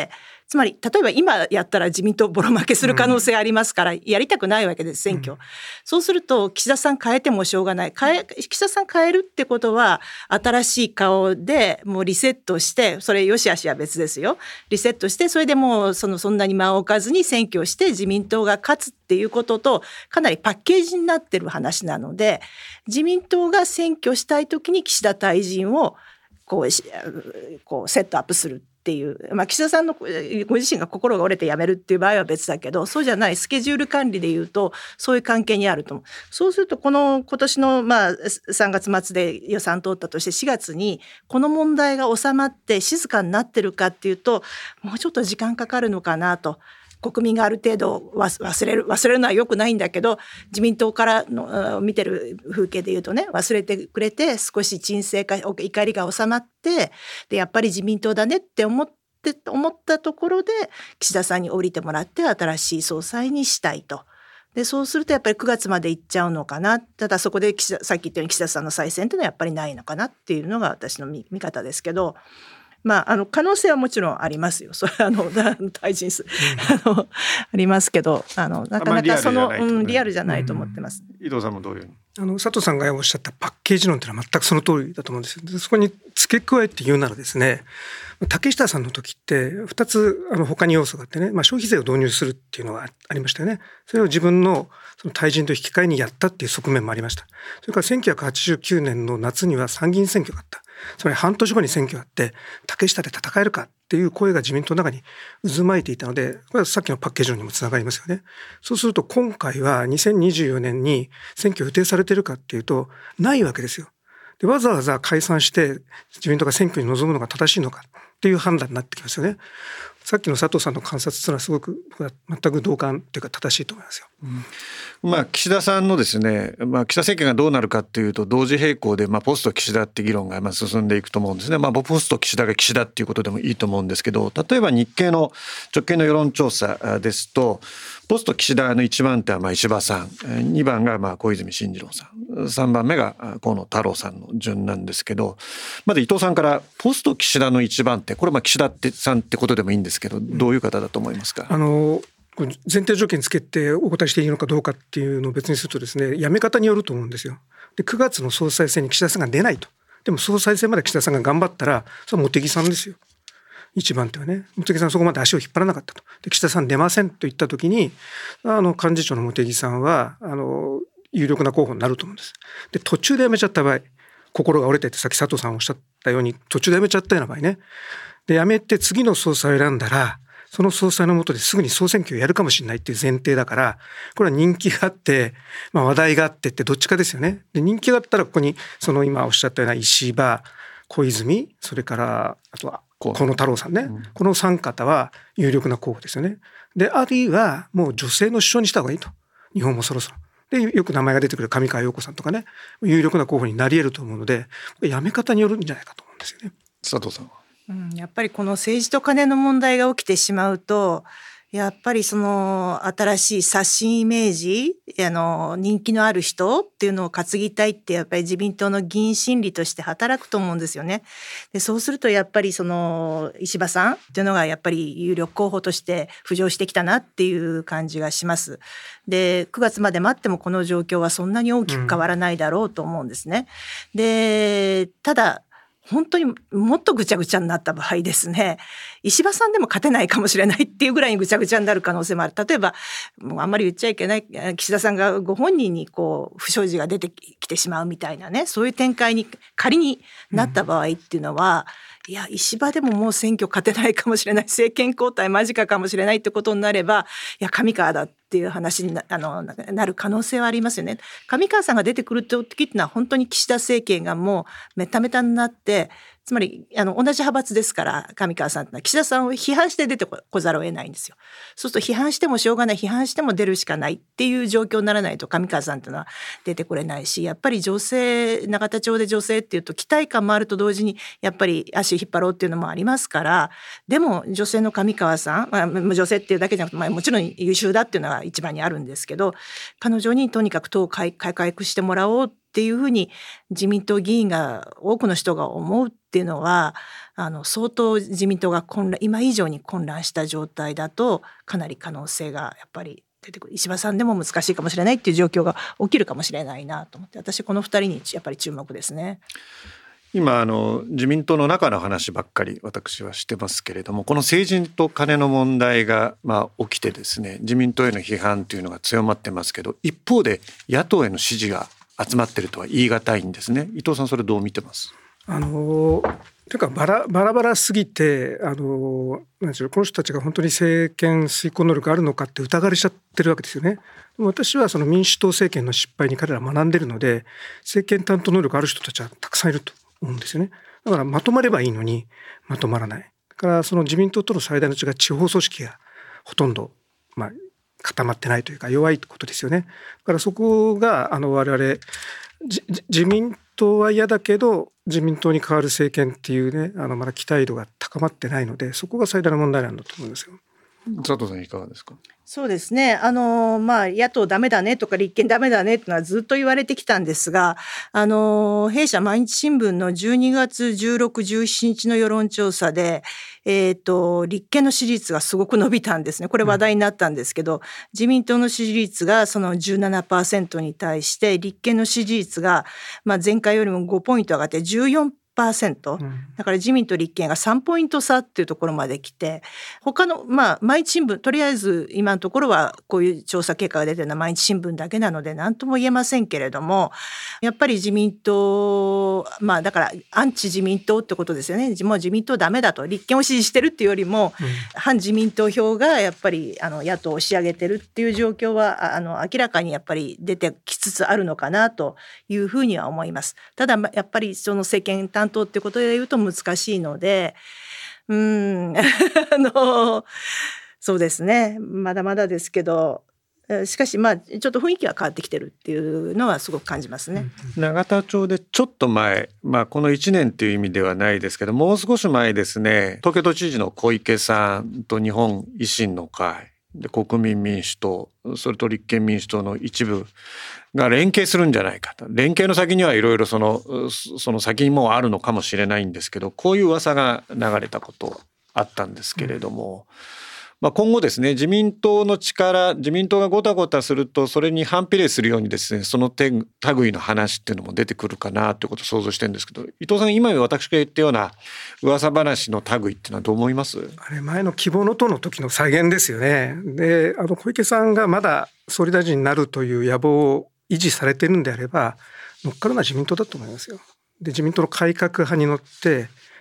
つまり例えば今やったら自民党ボロ負けする可能性ありますから、やりたくないわけです選挙、そうすると岸田さん変えてもしょうがない。岸田さん変えるってことは新しい顔でもうリセットして、それよしあしは別ですよ、リセットして、それでもうそんなに間を置かずに選挙して自民党が勝つっていうこととかなりパッケージになってる話なので、自民党が選挙したい時に岸田退陣をこうセットアップするっていう、岸田さんのご自身が心が折れて辞めるっていう場合は別だけど、そうじゃないスケジュール管理でいうとそういう関係にあると思う。そうすると今年の3月末で予算通ったとして、4月にこの問題が収まって静かになってるかっていうと、もうちょっと時間かかるのかなと。国民がある程度忘れるのは良くないんだけど、自民党からの見てる風景でいうとね、忘れてくれて少し沈静化、怒りが収まって、でやっぱり自民党だねって思ったところで岸田さんに降りてもらって新しい総裁にしたいと。でそうするとやっぱり9月まで行っちゃうのかな。ただそこでさっき言ったように岸田さんの再選というのはやっぱりないのかなっていうのが私の見方ですけど、可能性はもちろんありますよ。それは退陣ありますけど、なかなかリアルじゃないと思ってます。 伊藤さんもどういう佐藤さんがおっしゃったパッケージ論というのは全くその通りだと思うんですよ。でそこに付け加えて言うならですね、竹下さんの時って2つ他に要素があってね、消費税を導入するっていうのはありましたよね。それを自分のその退陣と引き換えにやったっていう側面もありました。それから1989年の夏には参議院選挙があった。つまり半年後に選挙があって竹下で戦えるかっていう声が自民党の中に渦巻いていたので、これはさっきのパッケージ論にもつながりますよね。そうすると今回は2024年に選挙予定されているかっていうとないわけですよ。でわざわざ解散して自民党が選挙に臨むのが正しいのかっていう判断になってきますよね。さっきの佐藤さんの観察というのはすごく僕は全く同感というか正しいと思いますよ。 岸田さんのですね、岸田政権がどうなるかっていうと同時並行で、ポスト岸田って議論が進んでいくと思うんですね。ポスト岸田が岸田っていうことでもいいと思うんですけど、例えば日経の直近の世論調査ですと、ポスト岸田の1番手は石破さん、2番が小泉進次郎さん、3番目が河野太郎さんの順なんですけど、まず伊藤さんからポスト岸田の1番手、これ岸田さんってことでもいいんですけど、どういう方だと思いますか？ 前提条件つけてお答えしていいのかどうかっていうのを別にするとですね、やめ方によると思うんですよ。で9月の総裁選に岸田さんが出ないと。でも総裁選まで岸田さんが頑張ったらそれは茂木さんですよ。一番手はね、茂木さんそこまで足を引っ張らなかったと。で岸田さん出ませんと言った時に幹事長の茂木さんは有力な候補になると思うんです。で途中でやめちゃった場合、心が折れてってさっき佐藤さんおっしゃったように途中でやめちゃったような場合ね、でやめて次の総裁を選んだらその総裁の下ですぐに総選挙をやるかもしれないっていう前提だから、これは人気があって、話題があってってどっちかですよね。で人気があったらここにその今おっしゃったような石破、小泉、それからあとは河野太郎さんね、この3方は有力な候補ですよね。であるいはもう女性の首相にした方がいいと、日本もそろそろでよく名前が出てくる上川陽子さんとかね、有力な候補になり得ると思うので、やめ方によるんじゃないかと思うんですよね。 佐藤さんは。 やっぱりこの政治と金の問題が起きてしまうと、やっぱりその新しい刷新イメージ、人気のある人っていうのを担ぎたいってやっぱり自民党の議員心理として働くと思うんですよね。でそうするとやっぱりその石破さんっていうのがやっぱり有力候補として浮上してきたなっていう感じがします。で9月まで待ってもこの状況はそんなに大きく変わらないだろうと思うんですね。でただ本当にもっとぐちゃぐちゃになった場合ですね、石破さんでも勝てないかもしれないっていうぐらいにぐちゃぐちゃになる可能性もある。例えばもうあんまり言っちゃいけない、岸田さんがご本人に不祥事が出てきてしまうみたいなね、そういう展開に仮になった場合っていうのは、いや石破でももう選挙勝てないかもしれない、政権交代間近かもしれないってことになれば、いや上川だっていう話になる可能性はありますよね。上川さんが出てくる時っていうのは本当に岸田政権がもうメタメタになって、つまり同じ派閥ですから、上川さんって岸田さんを批判して出てこざるを得ないんですよ。そうすると批判してもしょうがない、批判しても出るしかないっていう状況にならないと上川さんっていうのは出てこれないし、やっぱり女性、永田町で女性っていうと期待感もあると同時にやっぱり足引っ張ろうっていうのもありますから、でも女性の上川さん、女性っていうだけじゃなくて、もちろん優秀だっていうのが一番にあるんですけど、彼女にとにかく党を改革してもらおうっていうふうに自民党議員が多くの人が思うっていうのは、相当自民党が今以上に混乱した状態だと、かなり可能性がやっぱり出てくる。石破さんでも難しいかもしれないっていう状況が起きるかもしれないなと思って、私この2人にやっぱり注目ですね。 今自民党の中の話ばっかり私はしてますけれども、この政治と金の問題が起きてですね、自民党への批判というのが強まってますけど、一方で野党への支持が集まっているとは言い難いんですね。伊藤さん、それどう見てます？ というかバラバラすぎて、なんでしょう、この人たちが本当に政権遂行能力あるのかって疑われちゃってるわけですよね。私はその民主党政権の失敗に彼ら学んでるので、政権担当能力ある人たちはたくさんいると思うんですよね。だからまとまればいいのにまとまらない。だからその自民党との最大の違いは地方組織がほとんど固まってないというか弱いことですよね。だからそこが我々自民党は嫌だけど自民党に代わる政権っていうね、まだ期待度が高まってないので、そこが最大の問題なんだと思いますよ。 佐藤さんいかがですか？ そうですね、野党ダメだねとか立憲ダメだねってのはずっと言われてきたんですが、弊社毎日新聞の12月16、17日の世論調査で、立憲の支持率がすごく伸びたんですね。これ話題になったんですけど、自民党の支持率がその 17% に対して立憲の支持率が前回よりも5ポイント上がって14%、だから自民と立憲が3ポイント差っていうところまで来て、他の毎日新聞、とりあえず今のところはこういう調査結果が出てるのは毎日新聞だけなので何とも言えませんけれども、やっぱり自民党、だからアンチ自民党ってことですよね。もう自民党ダメだと、立憲を支持してるっていうよりも、反自民党票がやっぱり野党を押し上げてるっていう状況は明らかにやっぱり出てきつつあるのかなというふうには思います。ただやっぱりその政権担当ってことで言うと難しいので、そうですね、まだまだですけど、しかしちょっと雰囲気は変わってきてるっていうのはすごく感じますね。 永田町でちょっと前、この1年という意味ではないですけど、もう少し前ですね、東京都知事の小池さんと日本維新の会で国民民主党、それと立憲民主党の一部が連携するんじゃないかと。連携の先にはいろいろその先にもあるのかもしれないんですけど、こういう噂が流れたことあったんですけれども、今後ですね、自民党の力、自民党がごたごたするとそれに反比例するようにですね、その類の話っていうのも出てくるかなということを想像してるんですけど、伊藤さん、今私が言ったような噂話の類っていうのはどう思います？ あれ前の希望の党の時の再現ですよね。で小池さんがまだ総理大臣になるという野望を維持されてるんであれば乗っかるのは自民党だと思いますよ。で自民党の改革派に乗って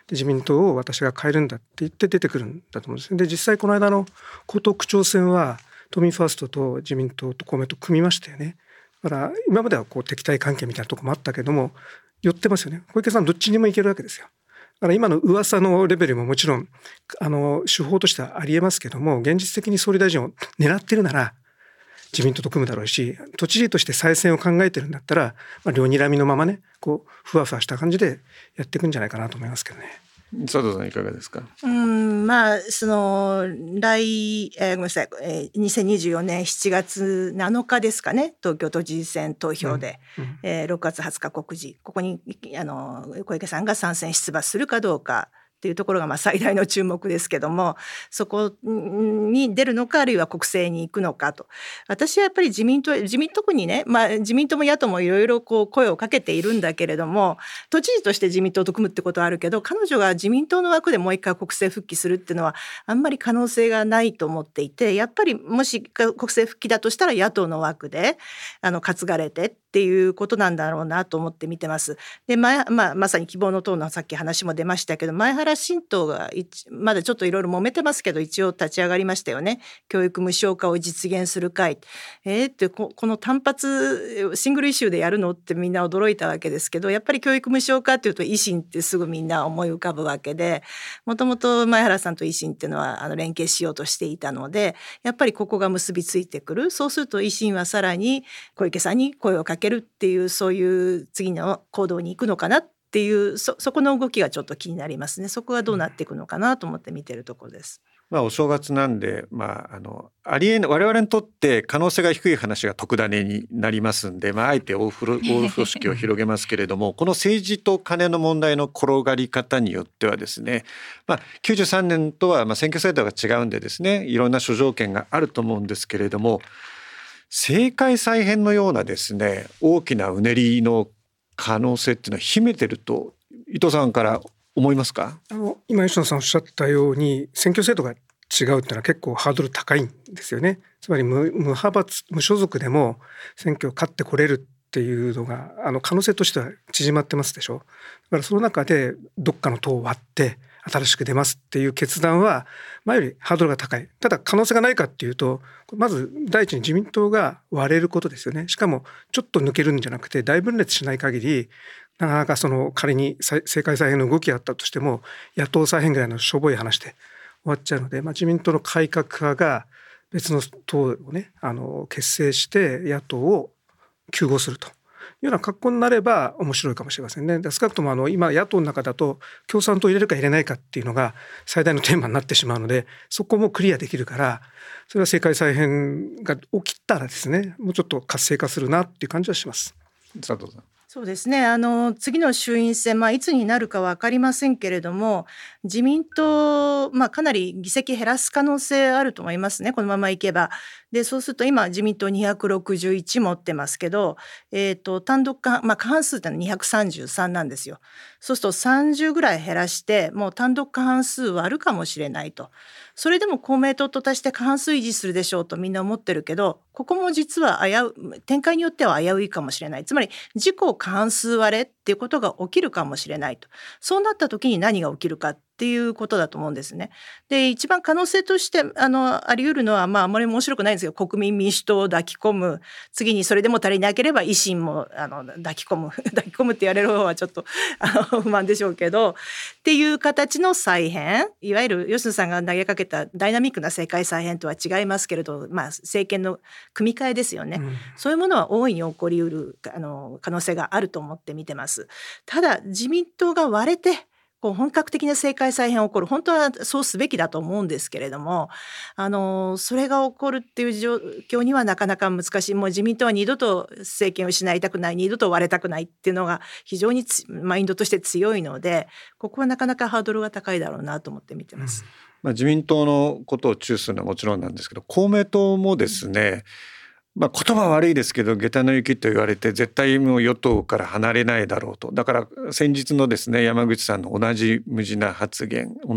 自民党を私が変えるんだって言って出てくるんだと思うんです。で実際この間の江東区長選は都民ファーストと自民党と公明党組みましたよね。だから今までは敵対関係みたいなところもあったけども寄ってますよね。小池さんどっちにもいけるわけですよ。だから今の噂のレベルももちろん手法としてはありえますけども、現実的に総理大臣を狙ってるなら自民党と組むだろうし、都知事として再選を考えてるんだったら、両睨みのままねふわふわした感じでやっていくんじゃないかなと思いますけどね。 佐藤さんいかがですか。 ごめんなさい、2024年7月7日ですかね、東京都知事選投票で、6月20日告示、ここに小池さんが参戦出馬するかどうかっていうところが最大の注目ですけども、そこに出るのかあるいは国政に行くのかと。私はやっぱり自民党特にね、自民党も野党もいろいろ声をかけているんだけれども、都知事として自民党と組むってことはあるけど、彼女が自民党の枠でもう一回国政復帰するっていうのはあんまり可能性がないと思っていて、やっぱりもし国政復帰だとしたら野党の枠で担がれてっていうことなんだろうなと思って見てます。で、まさに希望の党のさっき話も出ましたけど、前原新党がまだちょっといろいろ揉めてますけど一応立ち上がりましたよね。教育無償化を実現する会ってこの単発シングルイシューでやるのってみんな驚いたわけですけど、やっぱり教育無償化っていうと維新ってすぐみんな思い浮かぶわけで、もともと前原さんと維新っていうのは連携しようとしていたので、やっぱりここが結びついてくる。そうすると維新はさらに小池さんに声をかけるっていう、そういう次の行動に行くのかなっていう、そこの動きがちょっと気になりますね。そこがどうなっていくのかなと思って見てるところです。 お正月なんで、ありえない、我々にとって可能性が低い話が特ダネになりますんで、あえて大風呂敷を広げますけれどもこの政治と金の問題の転がり方によってはですね、93年とは選挙制度が違うんでですね、いろんな諸条件があると思うんですけれども、政界再編のようなですね大きなうねりの可能性っていうのは秘めてると伊藤さんから思いますか。 今吉野さんおっしゃったように選挙制度が違うっていうのは結構ハードル高いんですよね。つまり無派閥無所属でも選挙を勝ってこれるっていうのが可能性としては縮まってますでしょ。だからその中でどっかの党を割って新しく出ますっていう決断は前よりハードルが高い。ただ可能性がないかっていうと、まず第一に自民党が割れることですよね。しかもちょっと抜けるんじゃなくて大分裂しない限り、なかなか仮に政界再編の動きがあったとしても野党再編ぐらいのしょぼい話で終わっちゃうので、自民党の改革派が別の党をね結成して野党を糾合するというような格好になれば面白いかもしれませんね。少なくとも今野党の中だと共産党を入れるか入れないかっていうのが最大のテーマになってしまうので、そこもクリアできるから、それは政界再編が起きたらですね、もうちょっと活性化するなっていう感じはします。 佐藤さん。 そうですね、次の衆院選、いつになるか分かりませんけれども、自民党、かなり議席減らす可能性あると思いますね、このままいけば。でそうすると今自民党261持ってますけど、単独過半数ってのは233なんですよ。そうすると30ぐらい減らしてもう単独過半数割るかもしれないと。それでも公明党と足して過半数維持するでしょうとみんな思ってるけど、ここも実は展開によっては危ういかもしれない。つまり自己過半数割れっていうことが起きるかもしれないと。そうなった時に何が起きるかっていうことだと思うんですね。で一番可能性としてあり得るのはあまり面白くないんですけど、国民民主党を抱き込む、次にそれでも足りなければ維新も抱き込む抱き込むって言われる方はちょっと不満でしょうけどっていう形の再編、いわゆる吉野さんが投げかけたダイナミックな政界再編とは違いますけれど、政権の組み替えですよね、そういうものは大いに起こりうる可能性があると思って見てます。ただ自民党が割れて本格的な政界再編が起こる、本当はそうすべきだと思うんですけれども、それが起こるっていう状況にはなかなか難しい。もう自民党は二度と政権を失いたくない、二度と割れたくないっていうのが非常にマインドとして強いので、ここはなかなかハードルが高いだろうなと思って見てます。 自民党のことを注視するのはもちろんなんですけど、公明党もですね、言葉は悪いですけど下駄の雪と言われて絶対もう与党から離れないだろうと。だから先日のですね山口さんの同じ無地な発言、無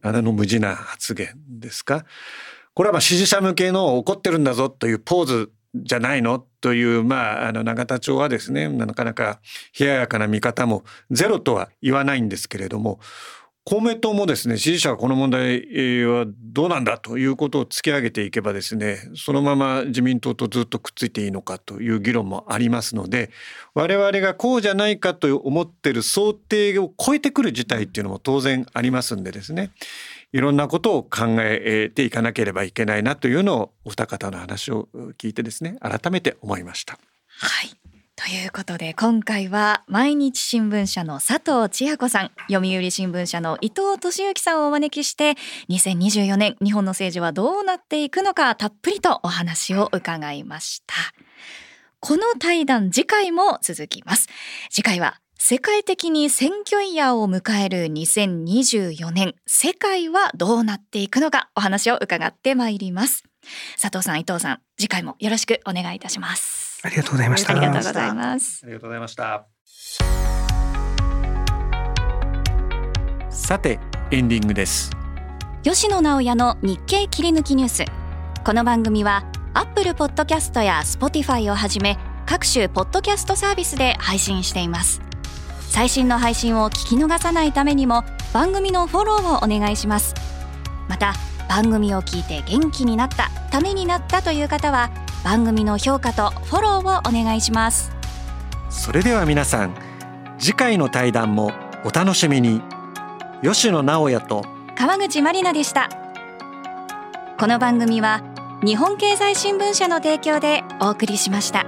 地な発言ですか、これは支持者向けの怒ってるんだぞというポーズじゃないのという、永田町はですね、なかなか冷ややかな見方もゼロとは言わないんですけれども、公明党もですね、支持者はこの問題はどうなんだということを突き上げていけばですね、そのまま自民党とずっとくっついていいのかという議論もありますので、我々がこうじゃないかと思っている想定を超えてくる事態っていうのも当然ありますんでですね、いろんなことを考えていかなければいけないなというのをお二方の話を聞いてですね、改めて思いました。 はい、ということで今回は毎日新聞社の佐藤千夜子さん、読売新聞社の伊藤俊之さんをお招きして2024年日本の政治はどうなっていくのかたっぷりとお話を伺いました。この対談次回も続きます。次回は世界的に選挙イヤーを迎える2024年、世界はどうなっていくのかお話を伺ってまいります。佐藤さん、伊藤さん、次回もよろしくお願いいたします。 ありがとうございました。 ありがとうございます。 ありがとうございました。さてエンディングです。 吉野直也の日経切り抜きニュース。この番組は Apple Podcast や Spotify をはじめ各種ポッドキャストサービスで配信しています。最新の配信を聞き逃さないためにも番組のフォローをお願いします。また番組を聞いて元気になった、ためになったという方は番組の評価とフォローをお願いします。 それでは皆さん、次回の対談もお楽しみに。吉野直也と川口まりなでした。この番組は日本経済新聞社の提供でお送りしました。